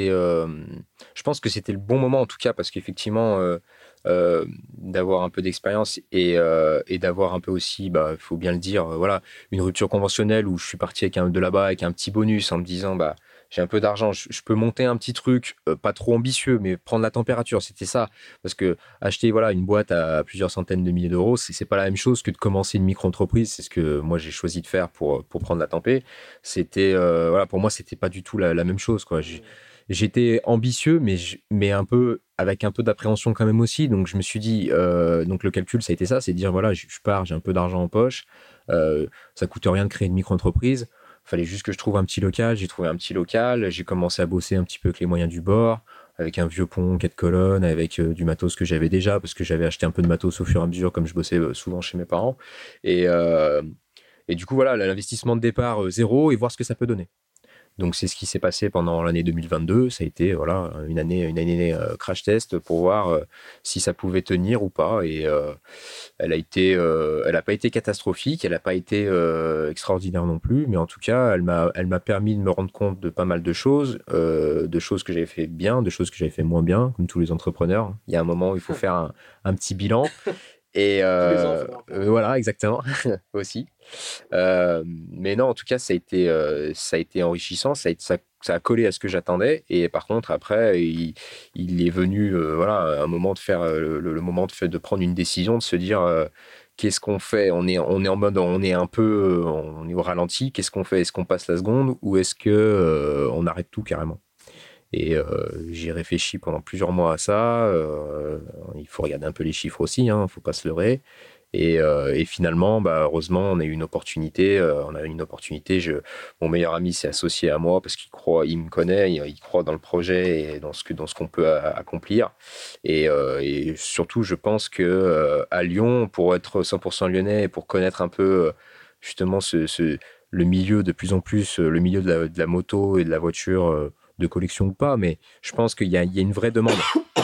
je pense que c'était le bon moment en tout cas parce qu'effectivement, d'avoir un peu d'expérience et d'avoir un peu aussi, bah, faut bien le dire, voilà, une rupture conventionnelle où je suis parti de là-bas avec un petit bonus en me disant, bah, j'ai un peu d'argent, je peux monter un petit truc, pas trop ambitieux, mais prendre la température, c'était ça. Parce que acheter voilà une boîte à plusieurs centaines de milliers d'euros, c'est pas la même chose que de commencer une micro-entreprise. C'est ce que moi j'ai choisi de faire pour prendre la tempé. C'était voilà, pour moi c'était pas du tout la même chose quoi. J'étais ambitieux, mais un peu avec un peu d'appréhension quand même aussi. Donc je me suis dit, donc le calcul ça a été ça, c'est de dire voilà, je pars, j'ai un peu d'argent en poche, ça coûte rien de créer une micro-entreprise. Fallait juste que je trouve un petit local. J'ai trouvé un petit local. J'ai commencé à bosser un petit peu avec les moyens du bord, avec un vieux pont, 4 colonnes, avec du matos que j'avais déjà, parce que j'avais acheté un peu de matos au fur et à mesure, comme je bossais souvent chez mes parents. Et du coup, voilà, l'investissement de départ, zéro, et voir ce que ça peut donner. Donc c'est ce qui s'est passé pendant l'année 2022. Ça a été voilà une année crash test pour voir si ça pouvait tenir ou pas. Et elle a pas été catastrophique, elle n'a pas été extraordinaire non plus, mais en tout cas elle m'a permis de me rendre compte de pas mal de choses que j'avais fait bien, de choses que j'avais fait moins bien, comme tous les entrepreneurs. Il y a un moment où il faut faire un petit bilan. Et voilà, exactement, aussi. Mais non, en tout cas, ça a été enrichissant, ça a collé à ce que j'attendais. Et par contre, après, il est venu, voilà, un moment de faire le moment de prendre une décision, de se dire qu'est-ce qu'on fait. On est en mode, on est au ralenti. Qu'est-ce qu'on fait? Est-ce qu'on passe la seconde ou est-ce que on arrête tout carrément? Et j'ai réfléchi pendant plusieurs mois à ça. Il faut regarder un peu les chiffres aussi, hein, faut pas se leurrer. Et finalement, bah, heureusement, on a eu une opportunité. Mon meilleur ami s'est associé à moi parce il me connaît, il croit dans le projet et dans ce qu'on peut accomplir. Et surtout, je pense que à Lyon, pour être 100% lyonnais et pour connaître un peu justement le milieu de plus en plus, le milieu de la moto et de la voiture de collection ou pas, mais je pense qu'il y a une vraie demande.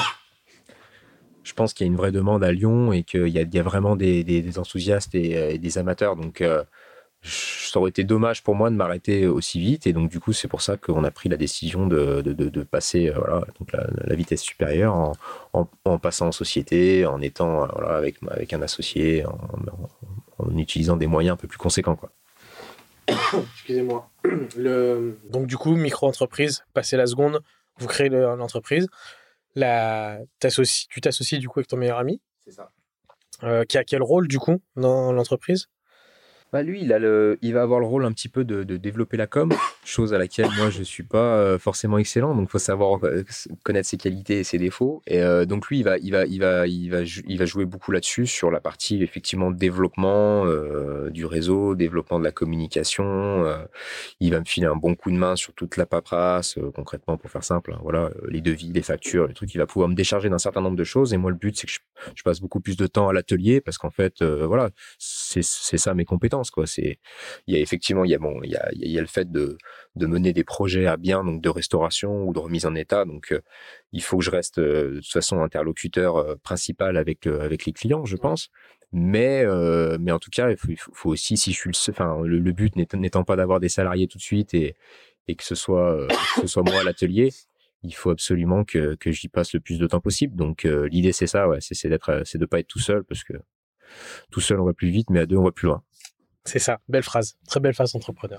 Je pense qu'il y a une vraie demande à Lyon et qu'il y a vraiment des enthousiastes et des amateurs. Donc, ça aurait été dommage pour moi de m'arrêter aussi vite. Et donc, du coup, c'est pour ça qu'on a pris la décision de passer voilà, donc la vitesse supérieure en passant en société, en étant voilà, avec un associé, en utilisant des moyens un peu plus conséquents, quoi. Excusez-moi. Donc, du coup, micro-entreprise, passer la seconde, vous créez l'entreprise. Tu t'associes du coup avec ton meilleur ami. C'est ça. qui a quel rôle du coup dans l'entreprise? Bah lui, il va avoir le rôle un petit peu de développer la com, chose à laquelle moi je suis pas forcément excellent, donc faut savoir connaître ses qualités et ses défauts. Et donc lui, il va jouer beaucoup là-dessus sur la partie effectivement développement du réseau, développement de la communication. Il va me filer un bon coup de main sur toute la paperasse, concrètement pour faire simple. Hein, voilà, les devis, les factures, les trucs. Il va pouvoir me décharger d'un certain nombre de choses. Et moi, le but, c'est que je passe beaucoup plus de temps à l'atelier parce qu'en fait, voilà, c'est ça mes compétences. Quoi. Il y a effectivement, il y a le fait de mener des projets à bien, donc de restauration ou de remise en état. Donc, il faut que je reste de toute façon interlocuteur principal avec les clients, je pense. Mais en tout cas, il faut aussi, si je suis le but n'étant pas d'avoir des salariés tout de suite et que ce soit moi à l'atelier, il faut absolument que j'y passe le plus de temps possible. Donc l'idée c'est ça, ouais, c'est de pas être tout seul parce que tout seul on va plus vite, mais à deux on va plus loin. C'est ça, belle phrase, très belle phrase entrepreneur.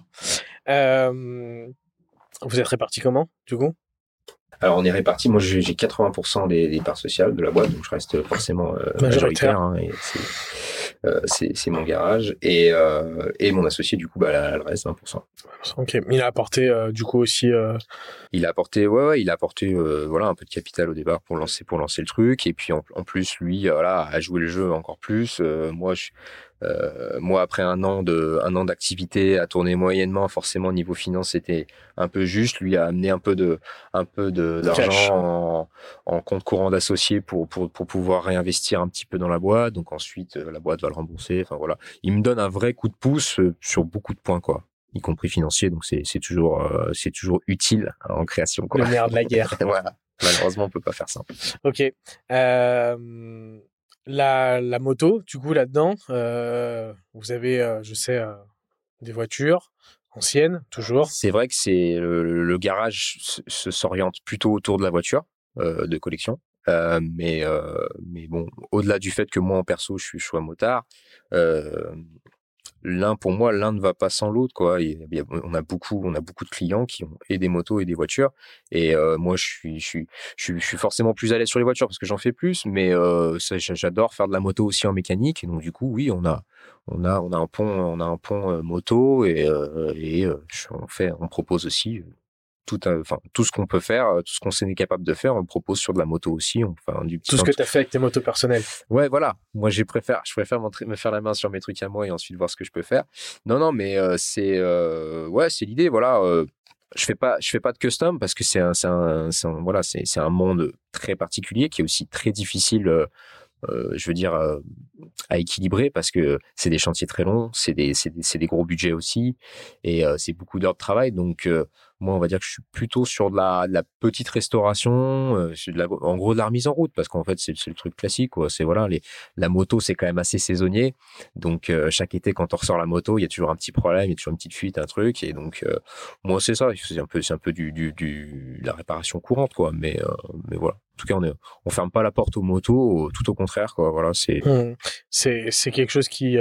Vous êtes répartis comment, du coup? Alors on est répartis, moi j'ai 80% des parts sociales de la boîte, donc je reste forcément majoritaire. Hein, et c'est mon garage et mon associé du coup le reste 20%. Ok, il a apporté du coup aussi. Il a apporté voilà un peu de capital au départ pour lancer le truc et puis en plus lui voilà a joué le jeu encore plus. Moi après un an d'activité à tourner moyennement, forcément niveau finance c'était un peu juste. Lui a amené un peu d'argent en compte courant d'associé pour pouvoir réinvestir un petit peu dans la boîte. Donc ensuite la boîte va le rembourser. Enfin voilà, il me donne un vrai coup de pouce sur beaucoup de points quoi, y compris financier. Donc c'est toujours utile en création quoi. Le nerf de la guerre. Voilà. Malheureusement on peut pas faire ça. Ok. La moto, du coup, là-dedans, vous avez, je sais, des voitures anciennes, toujours. C'est vrai que c'est le garage s'oriente plutôt autour de la voiture de collection. Mais bon, au-delà du fait que moi en perso je suis motard, pour moi l'un ne va pas sans l'autre quoi. On a beaucoup de clients qui ont et des motos et des voitures et moi je suis forcément plus à l'aise sur les voitures parce que j'en fais plus, mais j'adore faire de la moto aussi en mécanique et donc du coup oui on a un pont moto et on propose aussi tout ce qu'on peut faire, tout ce qu'on est capable de faire, on le propose sur de la moto aussi. Tout ce que tu as fait avec tes motos personnelles. Ouais, voilà. Moi, je préfère me faire la main sur mes trucs à moi et ensuite voir ce que je peux faire. Non, mais c'est l'idée. Voilà. Je fais pas de custom parce que c'est un monde très particulier qui est aussi très difficile. Je veux dire à équilibrer parce que c'est des chantiers très longs, c'est des gros budgets aussi et c'est beaucoup d'heures de travail. Donc moi on va dire que je suis plutôt sur de la petite restauration, en gros de la remise en route parce qu'en fait c'est le truc classique quoi. C'est voilà la moto c'est quand même assez saisonnier. Donc chaque été quand on ressort la moto, il y a toujours un petit problème, il y a toujours une petite fuite, un truc et donc moi c'est ça, c'est un peu la réparation courante quoi. Mais voilà. En tout cas, on ferme pas la porte aux motos, tout au contraire, quoi. Voilà, c'est quelque chose qui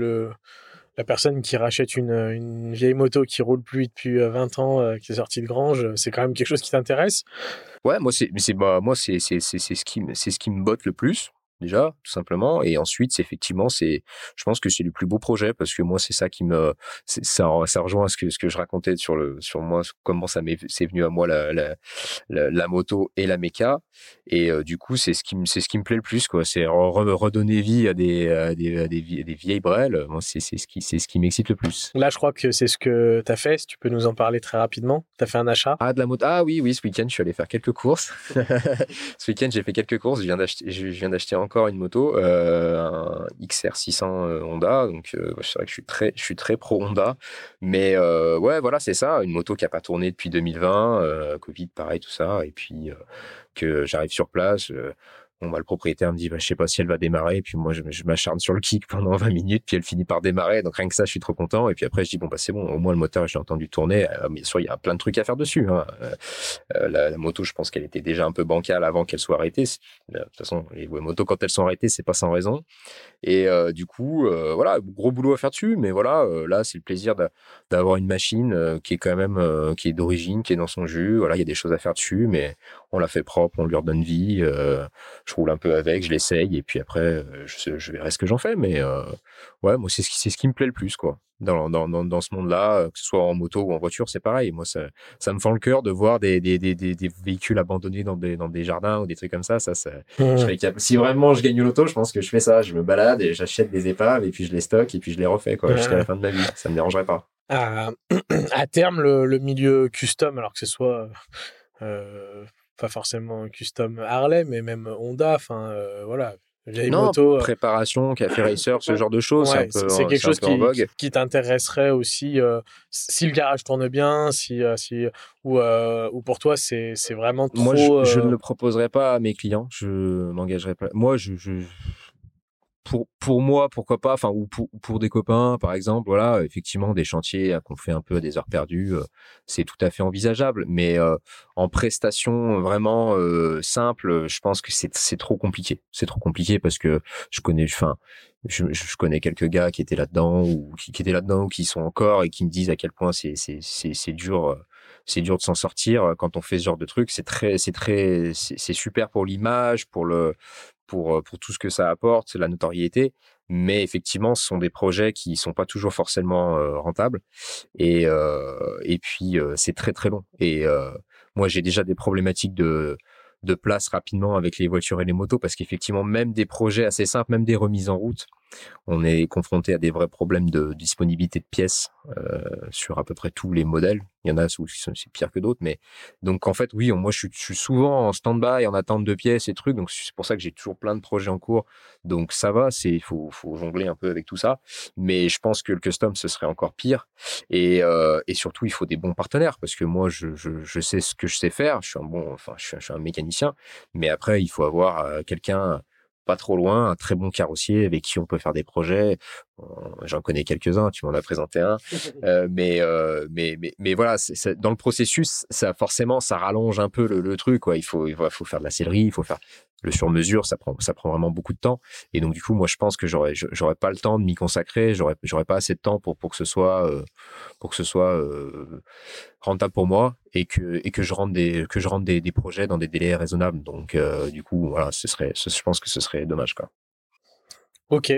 la personne qui rachète une vieille moto qui roule plus depuis 20 ans, qui est sortie de grange, c'est quand même quelque chose qui t'intéresse. Ouais, moi c'est ce qui me botte le plus. Déjà, tout simplement, et ensuite, je pense que c'est le plus beau projet parce que moi, c'est ça ça rejoint ce que je racontais sur moi, comment c'est venu à moi la moto et la méca, et du coup, c'est ce qui me plaît le plus, quoi. C'est redonner vie à des vieilles brelles. Moi, c'est ce qui m'excite le plus. Là, je crois que c'est ce que tu as fait. Si tu peux nous en parler très rapidement. Tu as fait un achat. Ah, de la moto. Ah oui, ce week-end, je suis allé faire quelques courses. Ce week-end, j'ai fait quelques courses. Je viens d'acheter encore une moto, un XR 600 Honda. Donc, c'est vrai que je suis très pro Honda. Mais ouais, voilà, c'est ça. Une moto qui a pas tourné depuis 2020, Covid, pareil, tout ça. Et puis que j'arrive sur place. Le propriétaire me dit, je sais pas si elle va démarrer. Et puis moi, je m'acharne sur le kick pendant 20 minutes, puis elle finit par démarrer. Donc rien que ça, je suis trop content. Et puis après, je dis, c'est bon, au moins le moteur, j'ai entendu tourner. Bien sûr, il y a plein de trucs à faire dessus. Hein. La moto, je pense qu'elle était déjà un peu bancale avant qu'elle soit arrêtée. De toute façon, les motos, quand elles sont arrêtées, c'est pas sans raison. Et du coup, voilà, gros boulot à faire dessus. Mais voilà, là, c'est le plaisir d'avoir une machine qui est quand même qui est d'origine, qui est dans son jus. Voilà, il y a des choses à faire dessus, mais on l'a fait propre, on lui redonne vie. je roule un peu avec, je l'essaye et puis après je verrai ce que j'en fais. Mais ouais, moi c'est ce qui me plaît le plus quoi. Dans ce monde-là, que ce soit en moto ou en voiture, c'est pareil. Moi, ça me fend le cœur de voir des véhicules abandonnés dans des jardins ou des trucs comme ça. Je serais capable. Si vraiment je gagne l'auto, je pense que je fais ça. Je me balade et j'achète des épaves et puis je les stocke et puis je les refais quoi, jusqu'à la fin de ma vie. Ça me dérangerait pas. À terme, le milieu custom, alors que ce soit pas forcément custom Harley, mais même Honda, enfin voilà, vieille Non, moto. préparation, café racer, ce genre de choses, Ouais, c'est quelque chose en vogue. qui t'intéresserait aussi si le garage tourne bien, ou pour toi c'est vraiment Moi, trop. je ne le proposerai pas à mes clients. Je m'engagerai pas. Moi, pour moi, pourquoi pas, enfin, ou pour des copains, par exemple, voilà, effectivement, des chantiers qu'on fait un peu à des heures perdues, c'est tout à fait envisageable. Mais en prestation vraiment simple, je pense que c'est trop compliqué. C'est trop compliqué parce que je connais quelques gars qui étaient là-dedans ou qui étaient là-dedans ou qui y sont encore et qui me disent à quel point c'est dur. C'est dur de s'en sortir quand on fait ce genre de truc. C'est super pour l'image, pour tout ce que ça apporte, la notoriété. Mais effectivement, ce sont des projets qui sont pas toujours forcément rentables. Et puis, c'est très, très long. Et moi, j'ai déjà des problématiques de place rapidement avec les voitures et les motos parce qu'effectivement, même des projets assez simples, même des remises en route, on est confronté à des vrais problèmes de disponibilité de pièces sur à peu près tous les modèles. Il y en a où c'est pire que d'autres, mais donc en fait oui, moi je suis souvent en stand-by, en attente de pièces et trucs, donc c'est pour ça que j'ai toujours plein de projets en cours. Donc ça va, faut jongler un peu avec tout ça, mais je pense que le custom ce serait encore pire et surtout il faut des bons partenaires parce que moi je sais ce que je sais faire, je suis un mécanicien, mais après il faut avoir quelqu'un pas trop loin, un très bon carrossier avec qui on peut faire des projets. J'en connais quelques-uns, tu m'en as présenté un. Mais voilà, dans le processus, ça forcément, ça rallonge un peu le truc, quoi. Il faut faire de la sellerie, il faut faire le sur-mesure, ça prend vraiment beaucoup de temps. Et donc, du coup, moi, je pense que j'aurais pas le temps de m'y consacrer, j'aurais pas assez de temps pour que ce soit, rentable pour moi et que je rentre des projets dans des délais raisonnables. Donc, du coup, voilà, je pense que ce serait dommage, quoi. Ok.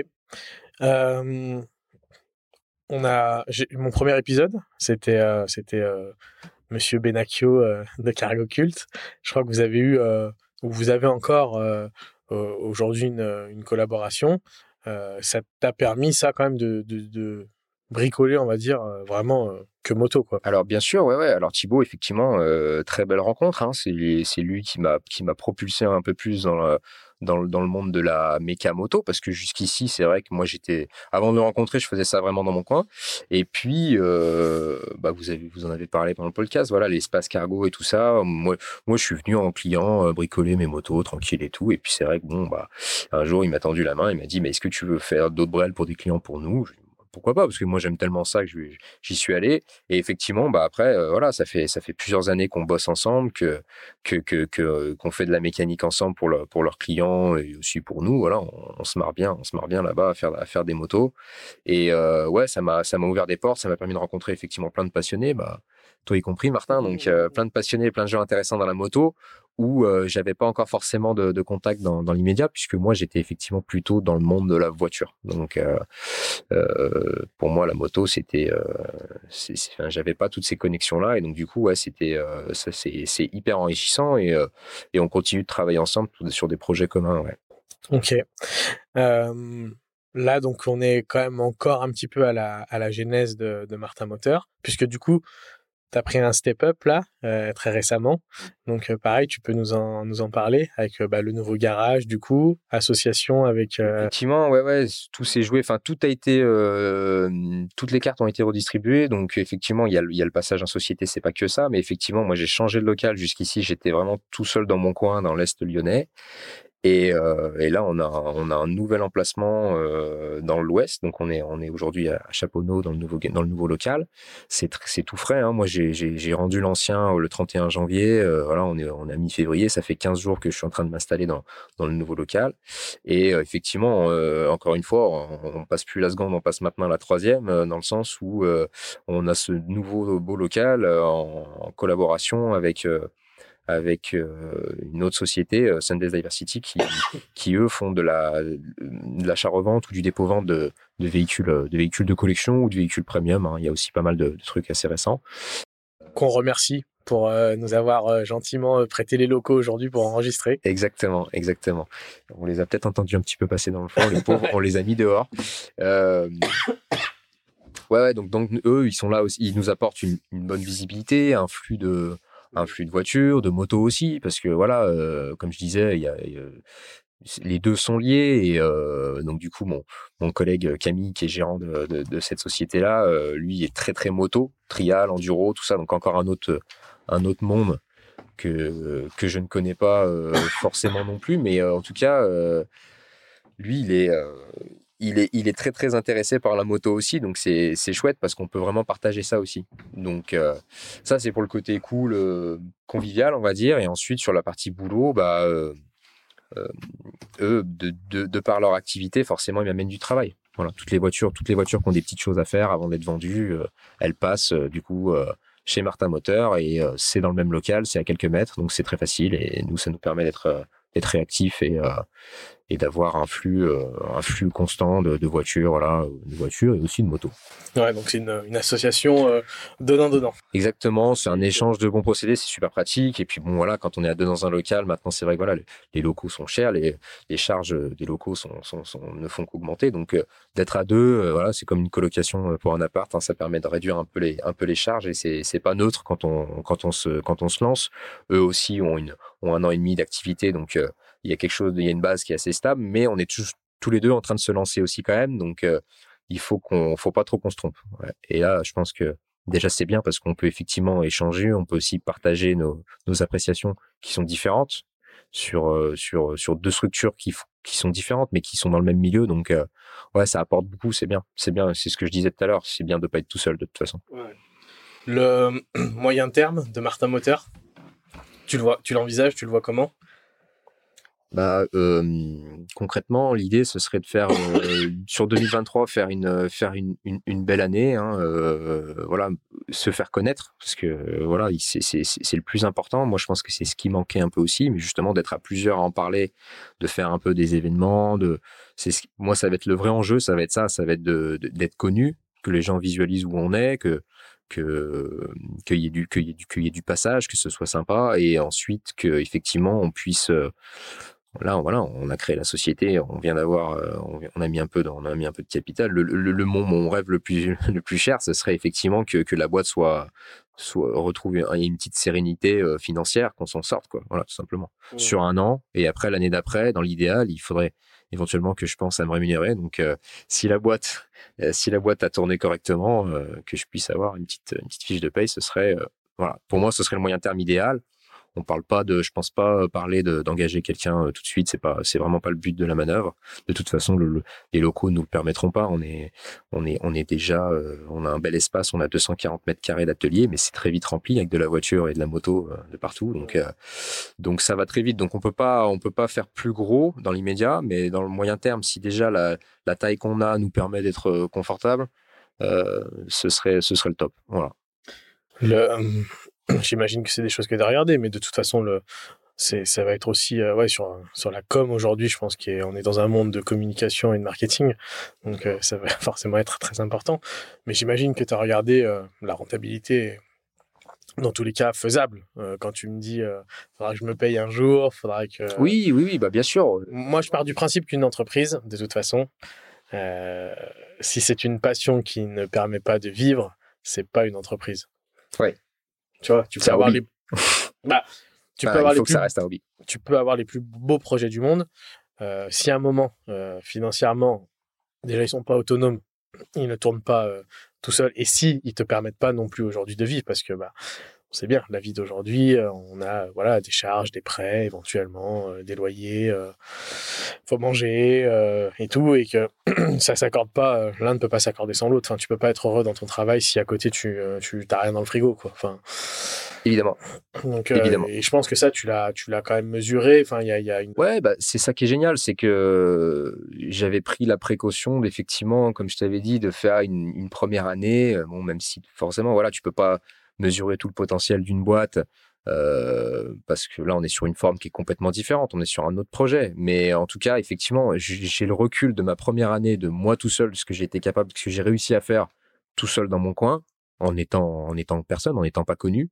Mon premier épisode, c'était Monsieur Benacchio de Cargo Cult. Je crois que vous avez encore aujourd'hui une collaboration. Ça t'a permis ça quand même de bricoler, on va dire, vraiment que moto quoi. Alors bien sûr, ouais. Alors Thibaut, effectivement, très belle rencontre. Hein. C'est lui qui m'a propulsé un peu plus dans le monde de la méca moto parce que jusqu'ici, c'est vrai que moi avant de le rencontrer, je faisais ça vraiment dans mon coin. Et puis, vous en avez parlé pendant le podcast. Voilà, l'espace cargo et tout ça. Moi, je suis venu en client bricoler mes motos tranquille et tout. Et puis c'est vrai que bon, un jour, il m'a tendu la main, il m'a dit, mais est-ce que tu veux faire d'autres brels pour des clients pour nous? Je lui ai dit, pourquoi pas? Parce que moi, j'aime tellement ça que j'y suis allé. Et effectivement, après, voilà, ça fait plusieurs années qu'on bosse ensemble, qu'on fait de la mécanique ensemble pour leurs clients et aussi pour nous. Voilà, on se marre bien là-bas à faire des motos. Et ouais, ça m'a ouvert des portes, ça m'a permis de rencontrer effectivement plein de passionnés, toi y compris, Martin. Donc plein de passionnés, plein de gens intéressants dans la moto où j'avais pas encore forcément de contact dans l'immédiat puisque moi j'étais effectivement plutôt dans le monde de la voiture. Donc pour moi la moto j'avais pas toutes ces connexions là et donc du coup ouais c'est hyper enrichissant et on continue de travailler ensemble sur des projets communs. Ouais. Ok. Là donc on est quand même encore un petit peu à la genèse de Martin Moteur puisque du coup t'as pris un step-up là très récemment, donc pareil, tu peux nous en parler avec le nouveau garage du coup, association avec. Effectivement, ouais, tout s'est joué. Enfin, tout a été, toutes les cartes ont été redistribuées. Donc effectivement, il y a le passage en société, c'est pas que ça, mais effectivement, moi j'ai changé de local. Jusqu'ici, j'étais vraiment tout seul dans mon coin, dans l'est lyonnais. Et là, on a un nouvel emplacement dans l'Ouest. Donc, on est aujourd'hui à Chaponneau dans le nouveau local. C'est tout frais. Hein. Moi, j'ai rendu l'ancien le 31 janvier. Voilà, on est à mi-février. Ça fait 15 jours que je suis en train de m'installer dans le nouveau local. Et effectivement, encore une fois, on passe plus la seconde, on passe maintenant la troisième, dans le sens où on a ce nouveau beau local en collaboration avec avec une autre société, Sundays Diversity, qui eux font de l'achat-revente ou du dépôt-vente de véhicules de collection ou de véhicules premium. Hein. Il y a aussi pas mal de trucs assez récents. Qu'on remercie pour nous avoir gentiment prêté les locaux aujourd'hui pour enregistrer. Exactement. On les a peut-être entendus un petit peu passer dans le fond, les pauvres, on les a mis dehors. Ouais, donc eux, ils sont là aussi, ils nous apportent une bonne visibilité, un flux de voitures, de motos aussi, parce que voilà, comme je disais, les deux sont liés et donc du coup mon collègue Camille qui est gérant de cette société-là, lui est très très moto, trial, enduro, tout ça, donc encore un autre monde que je ne connais pas forcément non plus, mais en tout cas lui il est très très intéressé par la moto aussi, donc c'est chouette parce qu'on peut vraiment partager ça aussi. Donc ça c'est pour le côté cool, convivial on va dire, et ensuite sur la partie boulot, eux de par leur activité forcément ils m'amènent du travail. Voilà, toutes les voitures qui ont des petites choses à faire avant d'être vendues, elles passent du coup chez Martin Moteur et c'est dans le même local, c'est à quelques mètres, donc c'est très facile et nous ça nous permet d'être réactifs et d'avoir un flux constant de voitures, voilà, de voitures et aussi de motos. Ouais, donc c'est une association donnant-donnant. Exactement, c'est un échange de bons procédés, c'est super pratique. Et puis bon, voilà, quand on est à deux dans un local, maintenant c'est vrai que voilà, les locaux sont chers, les charges des locaux ne font qu'augmenter. Donc d'être à deux, voilà, c'est comme une colocation pour un appart, hein, ça permet de réduire un peu les charges et c'est pas neutre quand on se lance. Eux aussi ont 1 an et demi d'activité, donc il y a une base qui est assez stable, mais on est tous les deux en train de se lancer aussi quand même, donc faut pas trop qu'on se trompe. Ouais. Et là, je pense que déjà c'est bien parce qu'on peut effectivement échanger, on peut aussi partager nos appréciations qui sont différentes sur deux structures qui sont différentes mais qui sont dans le même milieu, donc ouais, ça apporte beaucoup, c'est bien, c'est ce que je disais tout à l'heure, c'est bien de pas être tout seul de toute façon. Ouais. Le moyen terme de Martin Moteur, tu l'envisages, tu le vois comment? Concrètement, l'idée ce serait de faire sur 2023 faire une belle année, hein, voilà, se faire connaître parce que voilà, c'est le plus important. Moi, je pense que c'est ce qui manquait un peu aussi, mais justement d'être à plusieurs à en parler, de faire un peu des événements, moi ça va être le vrai enjeu, ça va être d'être connu, que les gens visualisent où on est, qu'il y ait du passage, que ce soit sympa, et ensuite que effectivement on puisse là, voilà, on a créé la société, on vient d'avoir, on a mis un peu de capital. Mon rêve le plus cher, ce serait effectivement que la boîte retrouve une petite sérénité financière, qu'on s'en sorte, quoi. Voilà, tout simplement. Mmh. Sur 1 an, et après l'année d'après, dans l'idéal, il faudrait éventuellement que je pense à me rémunérer. Donc, si la boîte a tourné correctement, que je puisse avoir une petite fiche de paye, ce serait, voilà, pour moi, ce serait le moyen terme idéal. On parle pas je pense pas parler d'engager quelqu'un tout de suite. C'est vraiment pas le but de la manœuvre. De toute façon, les locaux nous le permettront pas. On est déjà, on a un bel espace. On a 240 mètres carrés d'atelier, mais c'est très vite rempli avec de la voiture et de la moto de partout. Donc ça va très vite. Donc on peut pas faire plus gros dans l'immédiat, mais dans le moyen terme, si déjà la taille qu'on a nous permet d'être confortable, ce serait le top. Voilà. J'imagine que c'est des choses que tu as regardées, mais de toute façon, ça va être aussi sur la com aujourd'hui. Je pense qu'on est dans un monde de communication et de marketing, donc ça va forcément être très important. Mais j'imagine que tu as regardé la rentabilité, dans tous les cas faisable. Quand tu me dis faudra que je me paye un jour, faudra que... Oui, bah bien sûr. Moi, je pars du principe qu'une entreprise, de toute façon, si c'est une passion qui ne permet pas de vivre, c'est pas une entreprise. Ouais. Tu vois, tu peux avoir les... ça reste un hobby. Tu peux avoir les plus beaux projets du monde. Si à un moment, financièrement, déjà, ils sont pas autonomes, ils ne tournent pas tout seuls, et si ils te permettent pas non plus aujourd'hui de vivre, parce que on sait bien, la vie d'aujourd'hui, on a des charges, des prêts, éventuellement, des loyers, faut manger et tout, et que ça s'accorde pas, l'un ne peut pas s'accorder sans l'autre. Enfin, tu peux pas être heureux dans ton travail si à côté tu t'as rien dans le frigo, quoi. Enfin, évidemment. Donc, évidemment. Et je pense que ça, tu l'as quand même mesuré. Enfin, il y a une... Ouais, c'est ça qui est génial, c'est que j'avais pris la précaution d'effectivement, comme je t'avais dit, de faire une première année. Bon, même si forcément, voilà, tu peux pas mesurer tout le potentiel d'une boîte parce que là, on est sur une forme qui est complètement différente. On est sur un autre projet. Mais en tout cas, effectivement, j'ai le recul de ma première année, de moi tout seul, de ce que j'ai été capable, de ce que j'ai réussi à faire tout seul dans mon coin, en étant personne, en n'étant pas connu,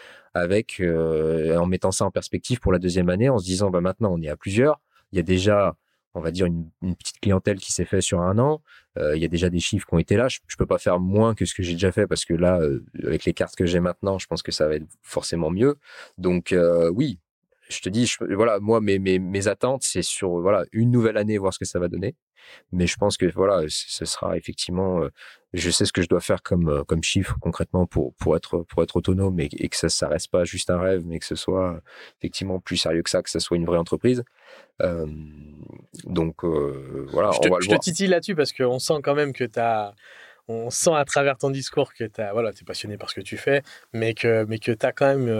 en mettant ça en perspective pour la deuxième année, en se disant, bah, maintenant, on est à plusieurs. Il y a déjà, on va dire, une petite clientèle qui s'est faite sur un an. Il y a déjà des chiffres qui ont été là. Je peux pas faire moins que ce que j'ai déjà fait parce que là, avec les cartes que j'ai maintenant, je pense que ça va être forcément mieux. Donc, oui, je te dis, voilà, moi, mes attentes, c'est sur, voilà, une nouvelle année, voir ce que ça va donner. Mais je pense que voilà, ce sera effectivement, je sais ce que je dois faire comme chiffre concrètement pour être autonome et que ça reste pas juste un rêve, mais que ce soit effectivement plus sérieux que ça soit une vraie entreprise. Euh, donc voilà, on va le Je te voir. titille là-dessus parce qu'on sent quand même que on sent à travers ton discours que voilà, t'es passionné par ce que tu fais, mais que t'as quand même,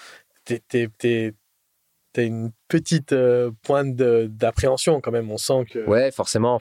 t'as une petite pointe d'appréhension quand même. On sent que Ouais, forcément.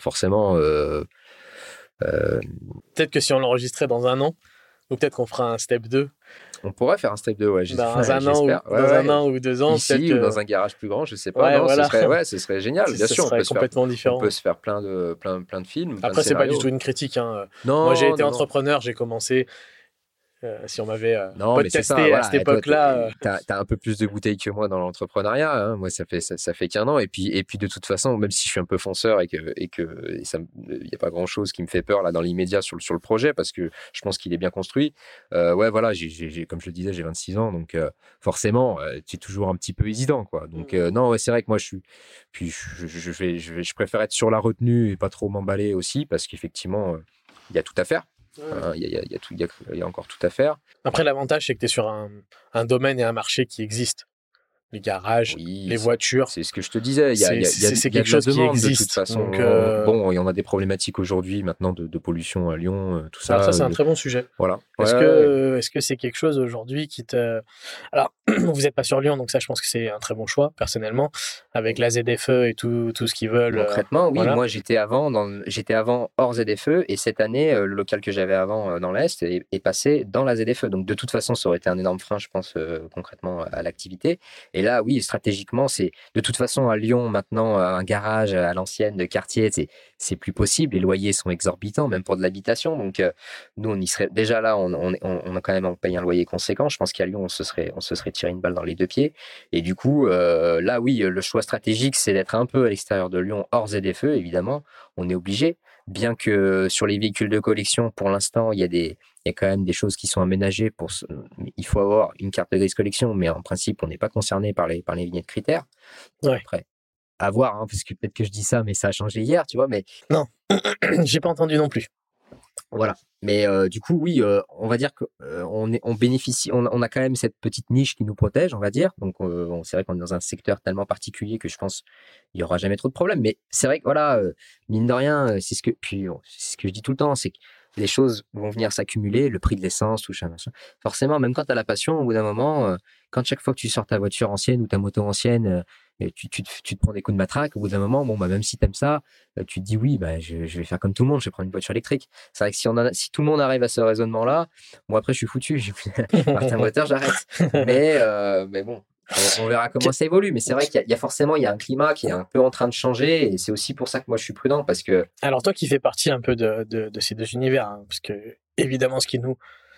peut-être que si on l'enregistrait dans un an, ou peut-être qu'on fera un step 2 On pourrait faire un step 2, ouais, j'espère. Ouais, dans un ouais. an ou 2 ans, peut-être Ici ou que dans un garage plus grand, je sais pas. ouais, Non, voilà, ce serait génial. Bien ce sûr, serait complètement on différent. peut se faire plein de films, plein de Après, c'est pas du scénarios. tout une critique, hein. Moi, j'ai Non, été non, non. entrepreneur, j'ai commencé. Si on m'avait Non, mais c'est ça, podcasté à cette voilà. Et toi, époque-là, t'as un peu plus de bouteilles que moi dans l'entrepreneuriat, hein. Moi, ça fait qu'un an. Et puis, de toute façon, même si je suis un peu fonceur il y a pas grand-chose qui me fait peur là dans l'immédiat sur le projet parce que je pense qu'il est bien construit. Ouais, voilà, comme je le disais, j'ai 26 ans, donc forcément, tu es toujours un petit peu hésitant, quoi. Donc non, ouais, c'est vrai que moi, je préfère être sur la retenue et pas trop m'emballer aussi parce qu'effectivement, il y a tout à faire. Hein, il y a encore tout à faire. après, l'avantage, c'est que tu es sur un domaine et un marché qui existent. Les garages, Oui, les voitures, c'est ce que je te disais. c'est Il y a quelque de la chose qui demande de toute existe. façon. Donc, Bon, il y en a des problématiques aujourd'hui maintenant de pollution à Lyon, tout alors ça, ça. c'est un très bon sujet. Voilà. Ouais. Est-ce que c'est quelque chose aujourd'hui qui te... Alors, vous n'êtes pas sur Lyon, donc ça, je pense que c'est un très bon choix, personnellement, avec la ZFE et tout ce qu'ils veulent. Concrètement, oui, Voilà. moi j'étais avant hors ZFE et cette année, le local que j'avais avant dans l'Est est passé dans la ZFE. Donc de toute façon, ça aurait été un énorme frein, je pense, concrètement à l'activité. Et là, oui, stratégiquement, c'est de toute façon à Lyon maintenant, un garage à l'ancienne de quartier, c'est plus possible. Les loyers sont exorbitants, même pour de l'habitation. Donc nous, on y serait déjà là, on a quand même payé un loyer conséquent. Je pense qu'à Lyon, on se serait tiré une balle dans les deux pieds. Et du coup, là, oui, le choix stratégique, c'est d'être un peu à l'extérieur de Lyon, hors ZFE, évidemment. On est obligé. Bien que sur les véhicules de collection, pour l'instant, il y a quand même des choses qui sont aménagées il faut avoir une carte de grise collection, mais en principe, on n'est pas concerné par les vignettes critères. Ouais. Après, à voir, hein, parce que peut-être que je dis ça, mais ça a changé hier, tu vois, mais Non, j'ai pas entendu non plus. voilà. Mais du coup, oui, on va dire que on bénéficie, on a quand même cette petite niche qui nous protège, on va dire. Donc, c'est vrai qu'on est dans un secteur tellement particulier que je pense il y aura jamais trop de problèmes. Mais c'est vrai que voilà, mine de rien, c'est ce que je dis tout le temps, c'est que les choses vont venir s'accumuler, le prix de l'essence, tout ça, machin. Forcément, même quand tu as la passion, au bout d'un moment, quand chaque fois que tu sors ta voiture ancienne ou ta moto ancienne, et tu te prends des coups de matraque, au bout d'un moment, bon, bah, même si t'aimes ça, tu te dis oui, bah, je vais faire comme tout le monde, je vais prendre une voiture électrique. C'est vrai que si tout le monde arrive à ce raisonnement-là, moi après je suis foutu, Martin Moteur, j'arrête. Mais bon, on verra comment ça évolue. Mais c'est vrai qu'il y a forcément il y a un climat qui est un peu en train de changer et c'est aussi pour ça que moi je suis prudent parce que Alors, toi qui fais partie un peu de ces deux univers, hein, parce que évidemment, ce qui nous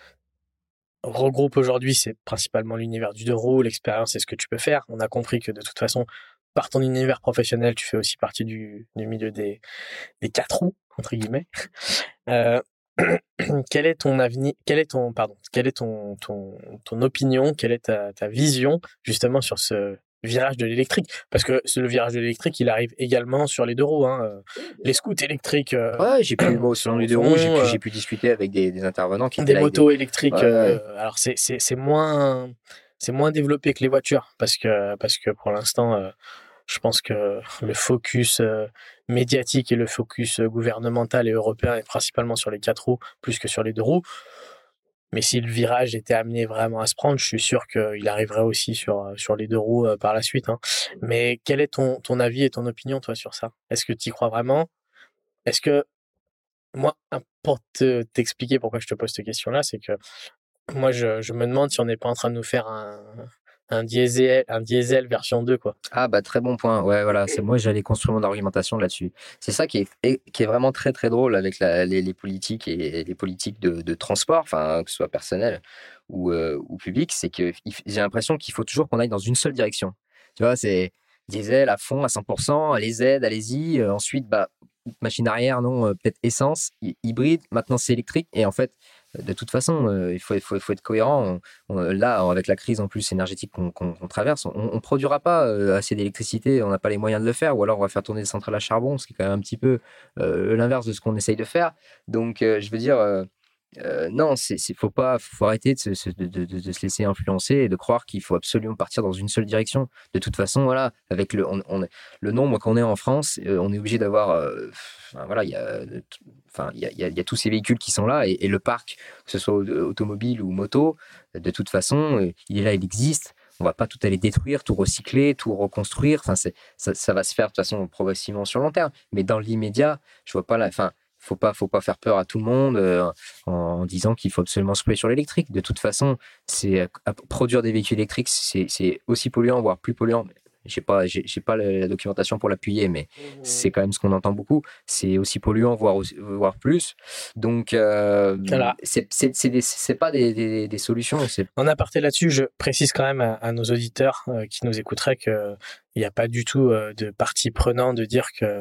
regroupe aujourd'hui, c'est principalement l'univers du deux roues, l'expérience et ce que tu peux faire. On a compris que de toute façon, par ton univers professionnel, tu fais aussi partie du milieu des quatre roues, entre guillemets. Euh, quel est ton avenir, quelle est ton opinion, quelle est ta vision justement sur ce virage de l'électrique? Parce que le virage de l'électrique, il arrive également sur les deux roues, hein. Les scooters électriques ouais, selon les deux roues, j'ai pu discuter avec des intervenants qui étaient des là. motos électriques. Ouais. Alors c'est moins développé que les voitures parce que pour l'instant, je pense que le focus médiatique et le focus gouvernemental et européen est principalement sur les quatre roues plus que sur les deux roues. Mais si le virage était amené vraiment à se prendre, je suis sûr qu'il arriverait aussi sur les deux roues par la suite, hein. Mais quel est ton avis et ton opinion, toi, sur ça? Est-ce que tu y crois vraiment? Est-ce que, moi, pour t'expliquer pourquoi je te pose cette question-là, c'est que moi, je me demande si on n'est pas en train de nous faire un diesel version 2, quoi. Ah bah très bon point. Ouais, voilà, c'est moi j'allais construire mon argumentation là-dessus. C'est ça qui est vraiment très très drôle avec les politiques et les politiques de transport, enfin que ce soit personnel ou public, c'est que j'ai l'impression qu'il faut toujours qu'on aille dans une seule direction. Tu vois, c'est diesel à fond à 100%, les aides, allez-y. Ensuite, bah machine arrière, non, peut-être essence, hybride. Maintenant c'est électrique. Et en fait, de toute façon, il faut être cohérent. Là, avec la crise en plus énergétique qu'on traverse, on ne produira pas assez d'électricité, on n'a pas les moyens de le faire, ou alors on va faire tourner des centrales à charbon, ce qui est quand même un petit peu l'inverse de ce qu'on essaye de faire. Donc, je veux dire, non, faut arrêter de se laisser influencer et de croire qu'il faut absolument partir dans une seule direction. De toute façon, voilà, avec le nombre qu'on est en France, on est obligé d'avoir, voilà, il y a tous ces véhicules qui sont là et le parc, que ce soit automobile ou moto, de toute façon, il est là, il existe. On va pas tout aller détruire, tout recycler, tout reconstruire. Enfin, ça va se faire de toute façon progressivement sur le long terme. Mais dans l'immédiat, je vois pas faut pas faire peur à tout le monde en disant qu'il faut absolument se couper sur l'électrique. De toute façon, produire des véhicules électriques, c'est aussi polluant, voire plus polluant. J'ai pas la documentation pour l'appuyer, mais c'est quand même ce qu'on entend beaucoup. C'est aussi polluant, voire plus. Donc, Voilà. c'est pas des solutions. En aparté là-dessus, je précise quand même à nos auditeurs qui nous écouteraient qu'il n'y a pas du tout de partie prenant de dire que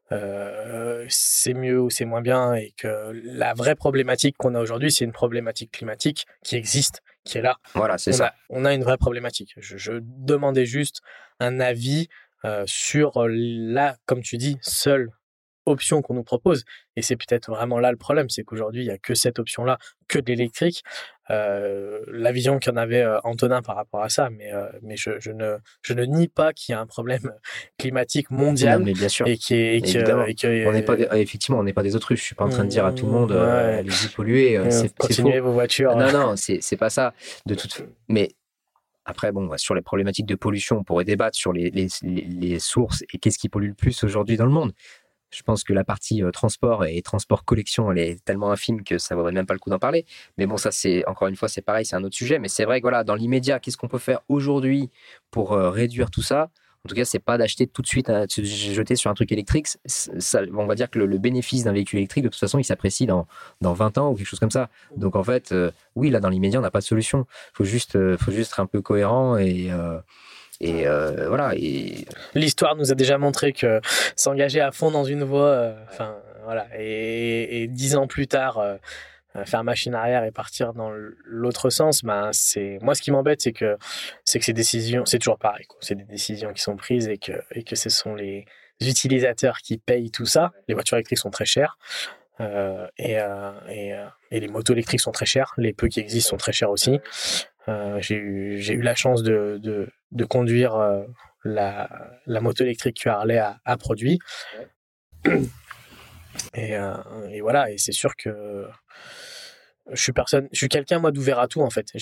c'est mieux ou c'est moins bien et que la vraie problématique qu'on a aujourd'hui, c'est une problématique climatique qui existe, qui est là. Voilà, c'est ça. On a une vraie problématique. Je demandais juste un avis sur la, comme tu dis, seule option qu'on nous propose. Et c'est peut-être vraiment là le problème, c'est qu'aujourd'hui, il n'y a que cette option-là, que de l'électrique. La vision qu'en avait Antonin par rapport à ça, mais je ne nie pas qu'il y a un problème climatique mondial. Non, mais bien sûr. Évidemment. Effectivement, on n'est pas des autruches. Je suis pas en train de dire à tout le monde, allez-y polluer. Continuez vos voitures. Non, c'est pas ça. Mais après, bon, sur les problématiques de pollution, on pourrait débattre sur les sources et qu'est-ce qui pollue le plus aujourd'hui dans le monde. Je pense que la partie transport et transport collection, elle est tellement infime que ça vaudrait même pas le coup d'en parler. Mais bon, ça, encore une fois, c'est pareil, c'est un autre sujet. Mais c'est vrai que voilà, dans l'immédiat, qu'est-ce qu'on peut faire aujourd'hui pour réduire tout ça ? En tout cas, c'est pas d'acheter tout de suite, de se jeter sur un truc électrique. On va dire que le bénéfice d'un véhicule électrique, de toute façon, il s'apprécie dans 20 ans ou quelque chose comme ça. Donc en fait, oui, là, dans l'immédiat, on n'a pas de solution. Faut juste être un peu cohérent et voilà. L'histoire nous a déjà montré que s'engager à fond dans une voie, voilà, et 10 ans plus tard, faire machine arrière et partir dans l'autre sens, moi ce qui m'embête, c'est que ces décisions, c'est toujours pareil, quoi. C'est des décisions qui sont prises et que ce sont les utilisateurs qui payent tout ça. Les voitures électriques sont très chères. Et les motos électriques sont très chères. Les peu qui existent sont très chères aussi. J'ai eu la chance de conduire la moto électrique que Harley a produit. Et voilà, et c'est sûr que je suis quelqu'un, moi, d'ouvert à tout, en fait.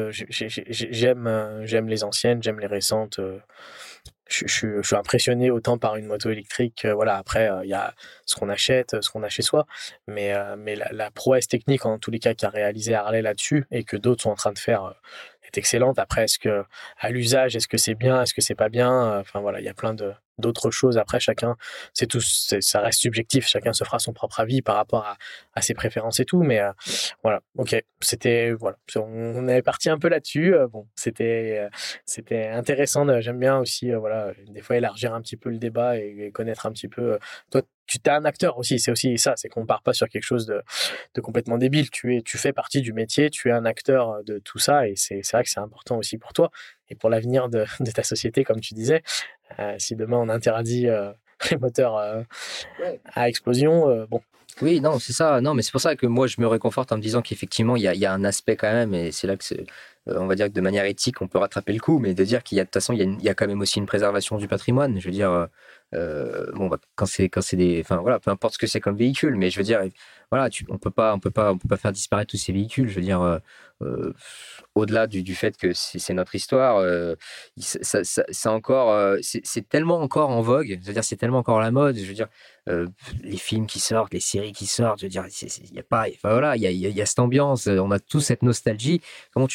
J'aime les anciennes, j'aime les récentes. Je suis impressionné autant par une moto électrique. Voilà, après, il y a ce qu'on achète, ce qu'on a chez soi. Mais la prouesse technique, en tous les cas, qu'a réalisé Harley là-dessus et que d'autres sont en train de faire est excellente. Après, à l'usage, est-ce que c'est bien, est-ce que c'est pas bien? Enfin, voilà, il y a plein d'autres choses. Après, chacun, ça reste subjectif. Chacun se fera son propre avis par rapport à ses préférences et tout. Mais voilà, ok. Voilà. On est parti un peu là-dessus. Bon, c'était intéressant. J'aime bien aussi, voilà, des fois élargir un petit peu le débat et connaître un petit peu. Toi, tu es un acteur aussi. C'est aussi ça. C'est qu'on part pas sur quelque chose de complètement débile. Tu fais partie du métier. Tu es un acteur de tout ça. Et c'est vrai que c'est important aussi pour toi et pour l'avenir de ta société, comme tu disais. Si demain on interdit les moteurs à explosion, bon. Oui, non, c'est ça. Non, mais c'est pour ça que moi, je me réconforte en me disant qu'effectivement, il y a un aspect quand même, et c'est là que on va dire que de manière éthique, on peut rattraper le coup, mais de dire de toute façon, il y a quand même aussi une préservation du patrimoine. Je veux dire, bon, quand c'est des, enfin voilà, peu importe ce que c'est comme véhicule, mais je veux dire, voilà, on peut pas faire disparaître tous ces véhicules. Je veux dire, au-delà du fait que c'est notre histoire, c'est encore, c'est tellement encore en vogue. Je veux dire, c'est tellement encore la mode. Je veux dire, les films qui sortent, les séries qui sortent. Je veux dire, il y a pas, enfin voilà, il y a cette ambiance. On a tous cette nostalgie. Comment tu veux réaliser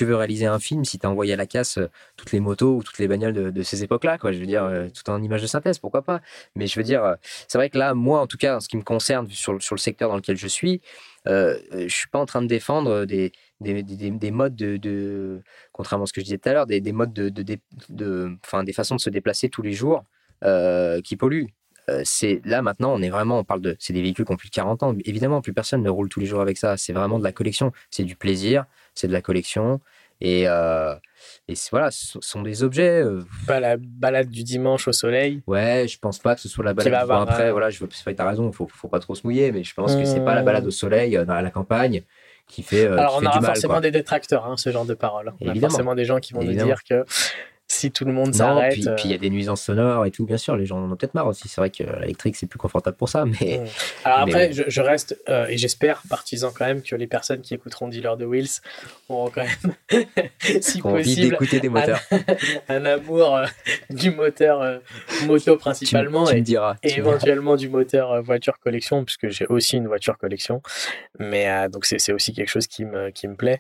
réaliser un film si tu as envoyé à la casse toutes les motos ou toutes les bagnoles de ces époques-là, quoi. Je veux dire, tout en image de synthèse, pourquoi pas. Mais je veux dire, c'est vrai que là, moi, en tout cas, en ce qui me concerne, sur le secteur dans lequel je suis suis pas en train de défendre des modes contrairement à ce que je disais tout à l'heure, des modes enfin, des façons de se déplacer tous les jours qui polluent. C'est là maintenant, on parle c'est des véhicules qui ont plus de 40 ans. Évidemment, plus personne ne roule tous les jours avec ça. C'est vraiment de la collection. C'est du plaisir, c'est de la collection. Et voilà, ce sont des objets. Pas la balade du dimanche au soleil. Ouais, je pense pas que ce soit la balade. Après, voilà, t'as raison, faut pas trop se mouiller, mais je pense que c'est pas la balade au soleil à la campagne qui fait. Alors, qui on fait aura du mal, forcément des détracteurs, hein, ce genre de paroles. On a forcément des gens qui vont nous dire que si tout le monde s'arrête. Puis il y a des nuisances sonores et tout, bien sûr, les gens en ont peut-être marre aussi. C'est vrai que l'électrique, c'est plus confortable pour ça. Mais... Alors après, je reste, et j'espère, partisan quand même, que les personnes qui écouteront Dealer de Wheels auront quand même, si possible, d'écouter des moteurs. un amour du moteur moto principalement, tu me diras, et éventuellement du moteur voiture collection, puisque j'ai aussi une voiture collection. Mais donc c'est aussi quelque chose qui me plaît.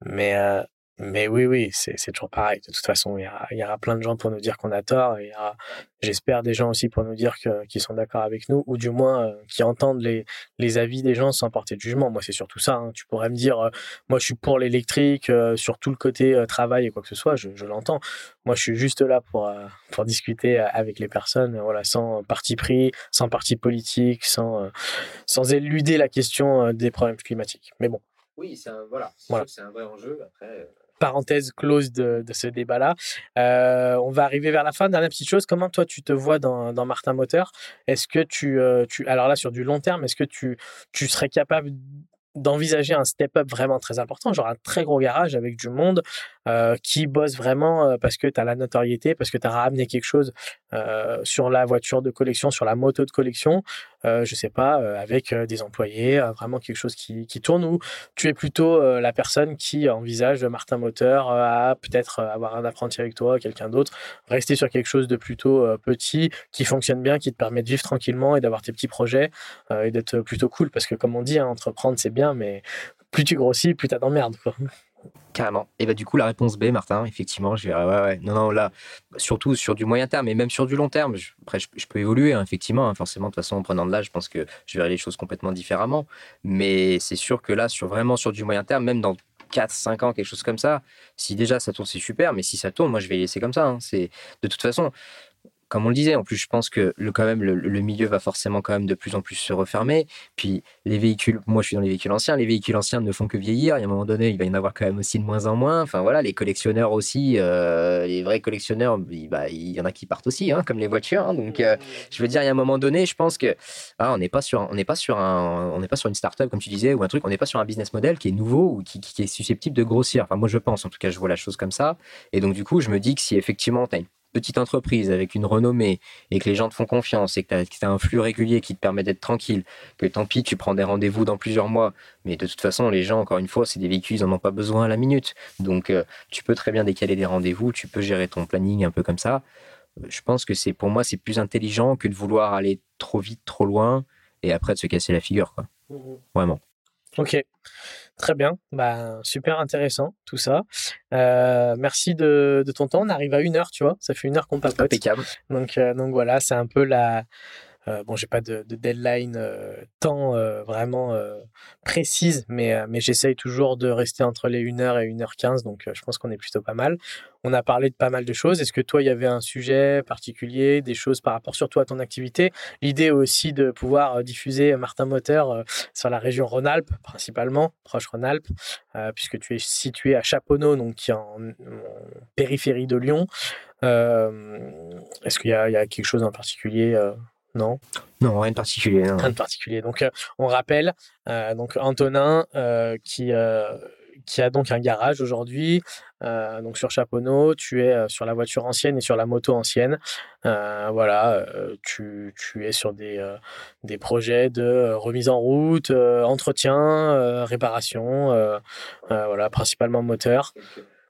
Mais oui, c'est toujours pareil. De toute façon, il y aura plein de gens pour nous dire qu'on a tort. Et il y aura, j'espère, des gens aussi pour nous dire qu'ils sont d'accord avec nous, ou du moins qui entendent les avis des gens sans porter de jugement. Moi, c'est surtout ça. Hein. Tu pourrais me dire, moi, je suis pour l'électrique, sur tout le côté travail et quoi que ce soit, je l'entends. Moi, je suis juste là pour discuter avec les personnes, voilà, sans parti pris, sans parti politique, sans éluder la question des problèmes climatiques. Mais bon. Oui, c'est un vrai enjeu. Après... Parenthèse close de ce débat-là. On va arriver vers la fin. Dernière petite chose, comment toi tu te vois dans Martin Moteur ? Est-ce que alors là sur du long terme, est-ce que tu serais capable d'envisager un step-up vraiment très important, genre un très gros garage avec du monde qui bosse vraiment parce que tu as la notoriété, parce que tu as ramené quelque chose sur la voiture de collection, sur la moto de collection, je sais pas, avec des employés, vraiment quelque chose qui tourne, ou tu es plutôt la personne qui envisage Martin Moteur à peut-être avoir un apprenti avec toi, quelqu'un d'autre, rester sur quelque chose de plutôt petit, qui fonctionne bien, qui te permet de vivre tranquillement et d'avoir tes petits projets et d'être plutôt cool, parce que comme on dit, hein, entreprendre c'est bien, mais plus tu grossis, plus t'as d'emmerdes, quoi. Carrément. Et bah du coup la réponse B, Martin, effectivement, je dirais ouais. Non, là, surtout sur du moyen terme et même sur du long terme. Après, je peux évoluer, hein, effectivement. Hein, forcément, de toute façon, en prenant de l'âge, je pense que je verrai les choses complètement différemment. Mais c'est sûr que là, vraiment sur du moyen terme, même dans 4-5 ans, quelque chose comme ça, si déjà ça tourne, c'est super. Mais si ça tourne, moi, je vais laisser comme ça. Hein. C'est de toute façon. Comme on le disait, en plus, je pense que le milieu va forcément quand même de plus en plus se refermer. Puis les véhicules, moi je suis dans les véhicules anciens ne font que vieillir. Il y a un moment donné, il va y en avoir quand même aussi de moins en moins. Enfin voilà, les collectionneurs aussi, les vrais collectionneurs, il y en a qui partent aussi, hein, comme les voitures. Hein. Donc je veux dire, il y a un moment donné, je pense que on n'est pas sur une start-up comme tu disais ou un truc. On n'est pas sur un business model qui est nouveau ou qui est susceptible de grossir. Enfin moi je pense, en tout cas, je vois la chose comme ça. Et donc du coup, je me dis que si effectivement tu as une petite entreprise avec une renommée et que les gens te font confiance et que tu as un flux régulier qui te permet d'être tranquille, que tant pis, tu prends des rendez-vous dans plusieurs mois, mais de toute façon, les gens, encore une fois, c'est des véhicules, ils n'en ont pas besoin à la minute. Donc, tu peux très bien décaler des rendez-vous, tu peux gérer ton planning un peu comme ça. Je pense que pour moi, c'est plus intelligent que de vouloir aller trop vite, trop loin et après de se casser la figure, quoi. Vraiment. Ok, très bien, super intéressant tout ça. Merci de ton temps. On arrive à 1 heure, tu vois, ça fait 1 heure qu'on papote. Impeccable. Donc voilà, c'est un peu la... bon, j'ai pas de deadline temps vraiment précise, mais j'essaye toujours de rester entre les 1 heure et 1h15, donc je pense qu'on est plutôt pas mal. On a parlé de pas mal de choses. Est-ce que toi, il y avait un sujet particulier, des choses par rapport surtout à ton activité? L'idée aussi de pouvoir diffuser Martin Moteur sur la région Rhône-Alpes, principalement, proche Rhône-Alpes, puisque tu es situé à Chaponneau, donc qui est en périphérie de Lyon. Est-ce qu'il y a quelque chose en particulier Non, rien de particulier. Non. Rien de particulier. Donc, on rappelle, donc Antonin qui a donc un garage aujourd'hui, donc sur Chaponneau. Tu es sur la voiture ancienne et sur la moto ancienne. Voilà, tu es sur des projets de remise en route, entretien, réparation, voilà, principalement moteur.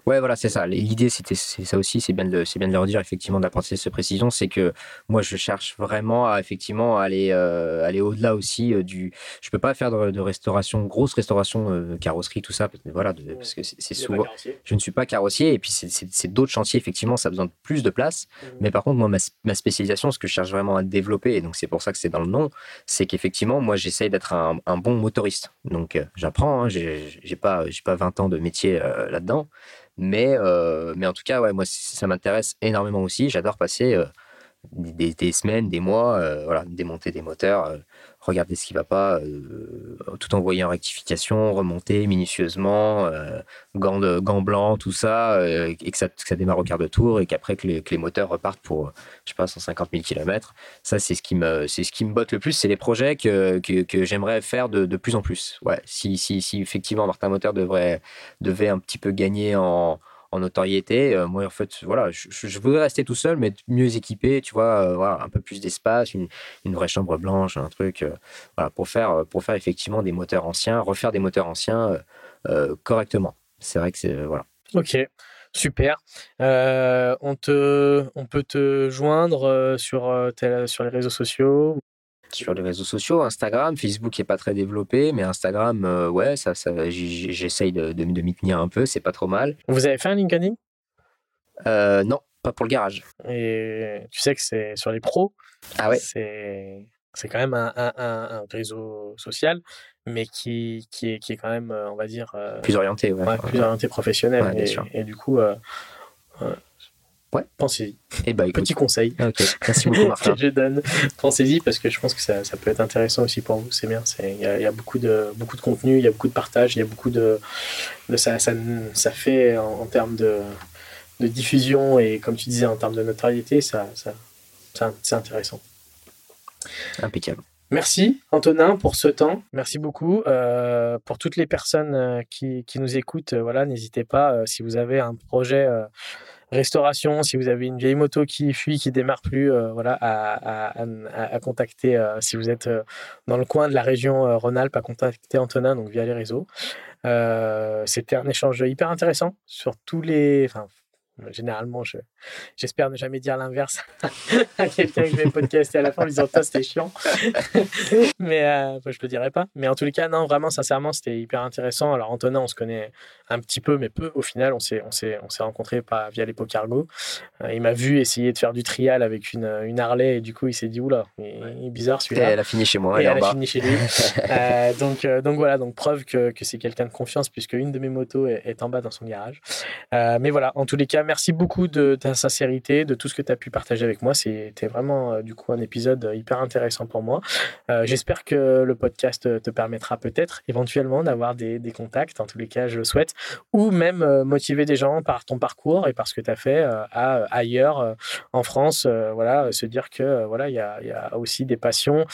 Ouais, voilà, c'est ça. L'idée, c'est ça aussi, c'est bien de le redire, effectivement, d'apporter cette précision, c'est que moi, je cherche vraiment à effectivement aller au-delà aussi je peux pas faire de restauration, grosse restauration, carrosserie, tout ça, voilà, parce que c'est souvent, je ne suis pas carrossier, et puis c'est d'autres chantiers, effectivement, ça a besoin de plus de place. Mais par contre, moi, ma spécialisation, ce que je cherche vraiment à développer, et donc c'est pour ça que c'est dans le nom, c'est qu'effectivement, moi, j'essaye d'être un bon motoriste. Donc, j'apprends, hein, j'ai pas 20 ans de métier là-dedans. Mais en tout cas, ouais, moi, ça m'intéresse énormément aussi. J'adore passer des semaines, des mois, voilà, démonter des moteurs, regarder ce qui ne va pas, tout envoyer en rectification, remonter minutieusement, gants blancs, tout ça, et que ça démarre au quart de tour, et qu'après que les moteurs repartent pour, je sais pas, 150 000 km. Ça, c'est ce qui me botte le plus. C'est les projets que j'aimerais faire de plus en plus. Ouais, si effectivement Martin Moteur devait un petit peu gagner en notoriété, moi en fait voilà, je voudrais rester tout seul mais être mieux équipé, tu vois, voilà, un peu plus d'espace, une vraie chambre blanche, un truc, voilà, pour faire effectivement des moteurs anciens, refaire des moteurs anciens correctement. C'est vrai que c'est voilà. Ok, super. On peut te joindre sur les réseaux sociaux. Sur les réseaux sociaux, Instagram, Facebook est pas très développé, mais Instagram, ouais, ça j'essaye de m'y tenir un peu, c'est pas trop mal. Vous avez fait un LinkedIn? Non, pas pour le garage. Et tu sais que c'est sur les pros. Ah ouais. C'est quand même un réseau social, mais qui est quand même, on va dire, Plus orienté, ouais. plus orienté professionnel. Ouais, bien sûr. Et du coup, ouais. Pensez-y. Eh ben, écoute. Petit conseil. Ok, merci beaucoup, Martin. que je donne. Pensez-y parce que je pense que ça peut être intéressant aussi pour vous. C'est bien. Il y a beaucoup de contenu, il y a beaucoup de partage, il y a beaucoup de ça fait en termes de diffusion et comme tu disais en termes de notoriété, c'est intéressant. Impeccable. Merci Antonin pour ce temps. Merci beaucoup pour toutes les personnes qui nous écoutent. Voilà, n'hésitez pas si vous avez un projet restauration, si vous avez une vieille moto qui fuit, qui démarre plus, voilà, à contacter. Si vous êtes dans le coin de la région Rhône-Alpes, à contacter Antonin donc via les réseaux. C'était un échange hyper intéressant sur tous les. Enfin, généralement, j'espère ne jamais dire l'inverse à quelqu'un que je vais podcaster à la fin en lui disant c'était chiant. Mais je le dirai pas. Mais en tous les cas, non, vraiment, sincèrement, c'était hyper intéressant. Alors, Antonin, on se connaît un petit peu, mais peu. Au final, on s'est rencontrés pas via les Pocargo. Il m'a vu essayer de faire du trial avec une Harley et du coup, il s'est dit oula, il est bizarre celui-là. Et elle a fini chez moi. Et elle a fini chez lui. Donc voilà, donc preuve que c'est quelqu'un de confiance puisque une de mes motos est en bas dans son garage. Mais voilà, en tous les cas, merci beaucoup de ta sincérité, de tout ce que tu as pu partager avec moi. C'était vraiment du coup un épisode hyper intéressant pour moi. J'espère que le podcast te permettra peut-être éventuellement d'avoir des contacts. En tous les cas, je le souhaite. Ou même motiver des gens par ton parcours et par ce que tu as fait ailleurs en France. Voilà, se dire que voilà, il y a aussi des passions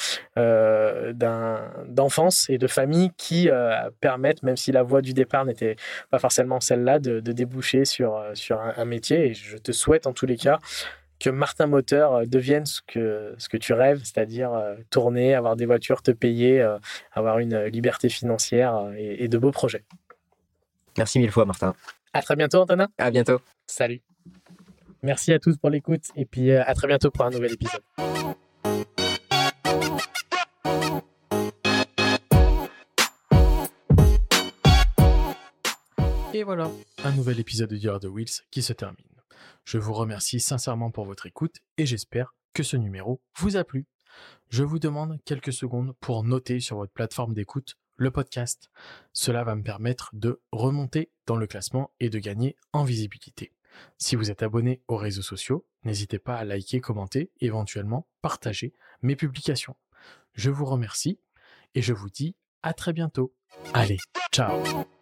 d'enfance et de famille qui permettent, même si la voie du départ n'était pas forcément celle-là, de déboucher sur un métier. Et je te souhaite en tous les cas que Martin Moteur devienne ce que tu rêves, c'est-à-dire tourner, avoir des voitures, te payer, avoir une liberté financière et de beaux projets. Merci mille fois, Martin. À très bientôt, Antonin. À bientôt. Salut. Merci à tous pour l'écoute et puis à très bientôt pour un nouvel épisode. Et voilà, un nouvel épisode de Year the Wheels qui se termine. Je vous remercie sincèrement pour votre écoute et j'espère que ce numéro vous a plu. Je vous demande quelques secondes pour noter sur votre plateforme d'écoute le podcast. Cela va me permettre de remonter dans le classement et de gagner en visibilité. Si vous êtes abonné aux réseaux sociaux, n'hésitez pas à liker, commenter, éventuellement partager mes publications. Je vous remercie et je vous dis à très bientôt. Allez, ciao!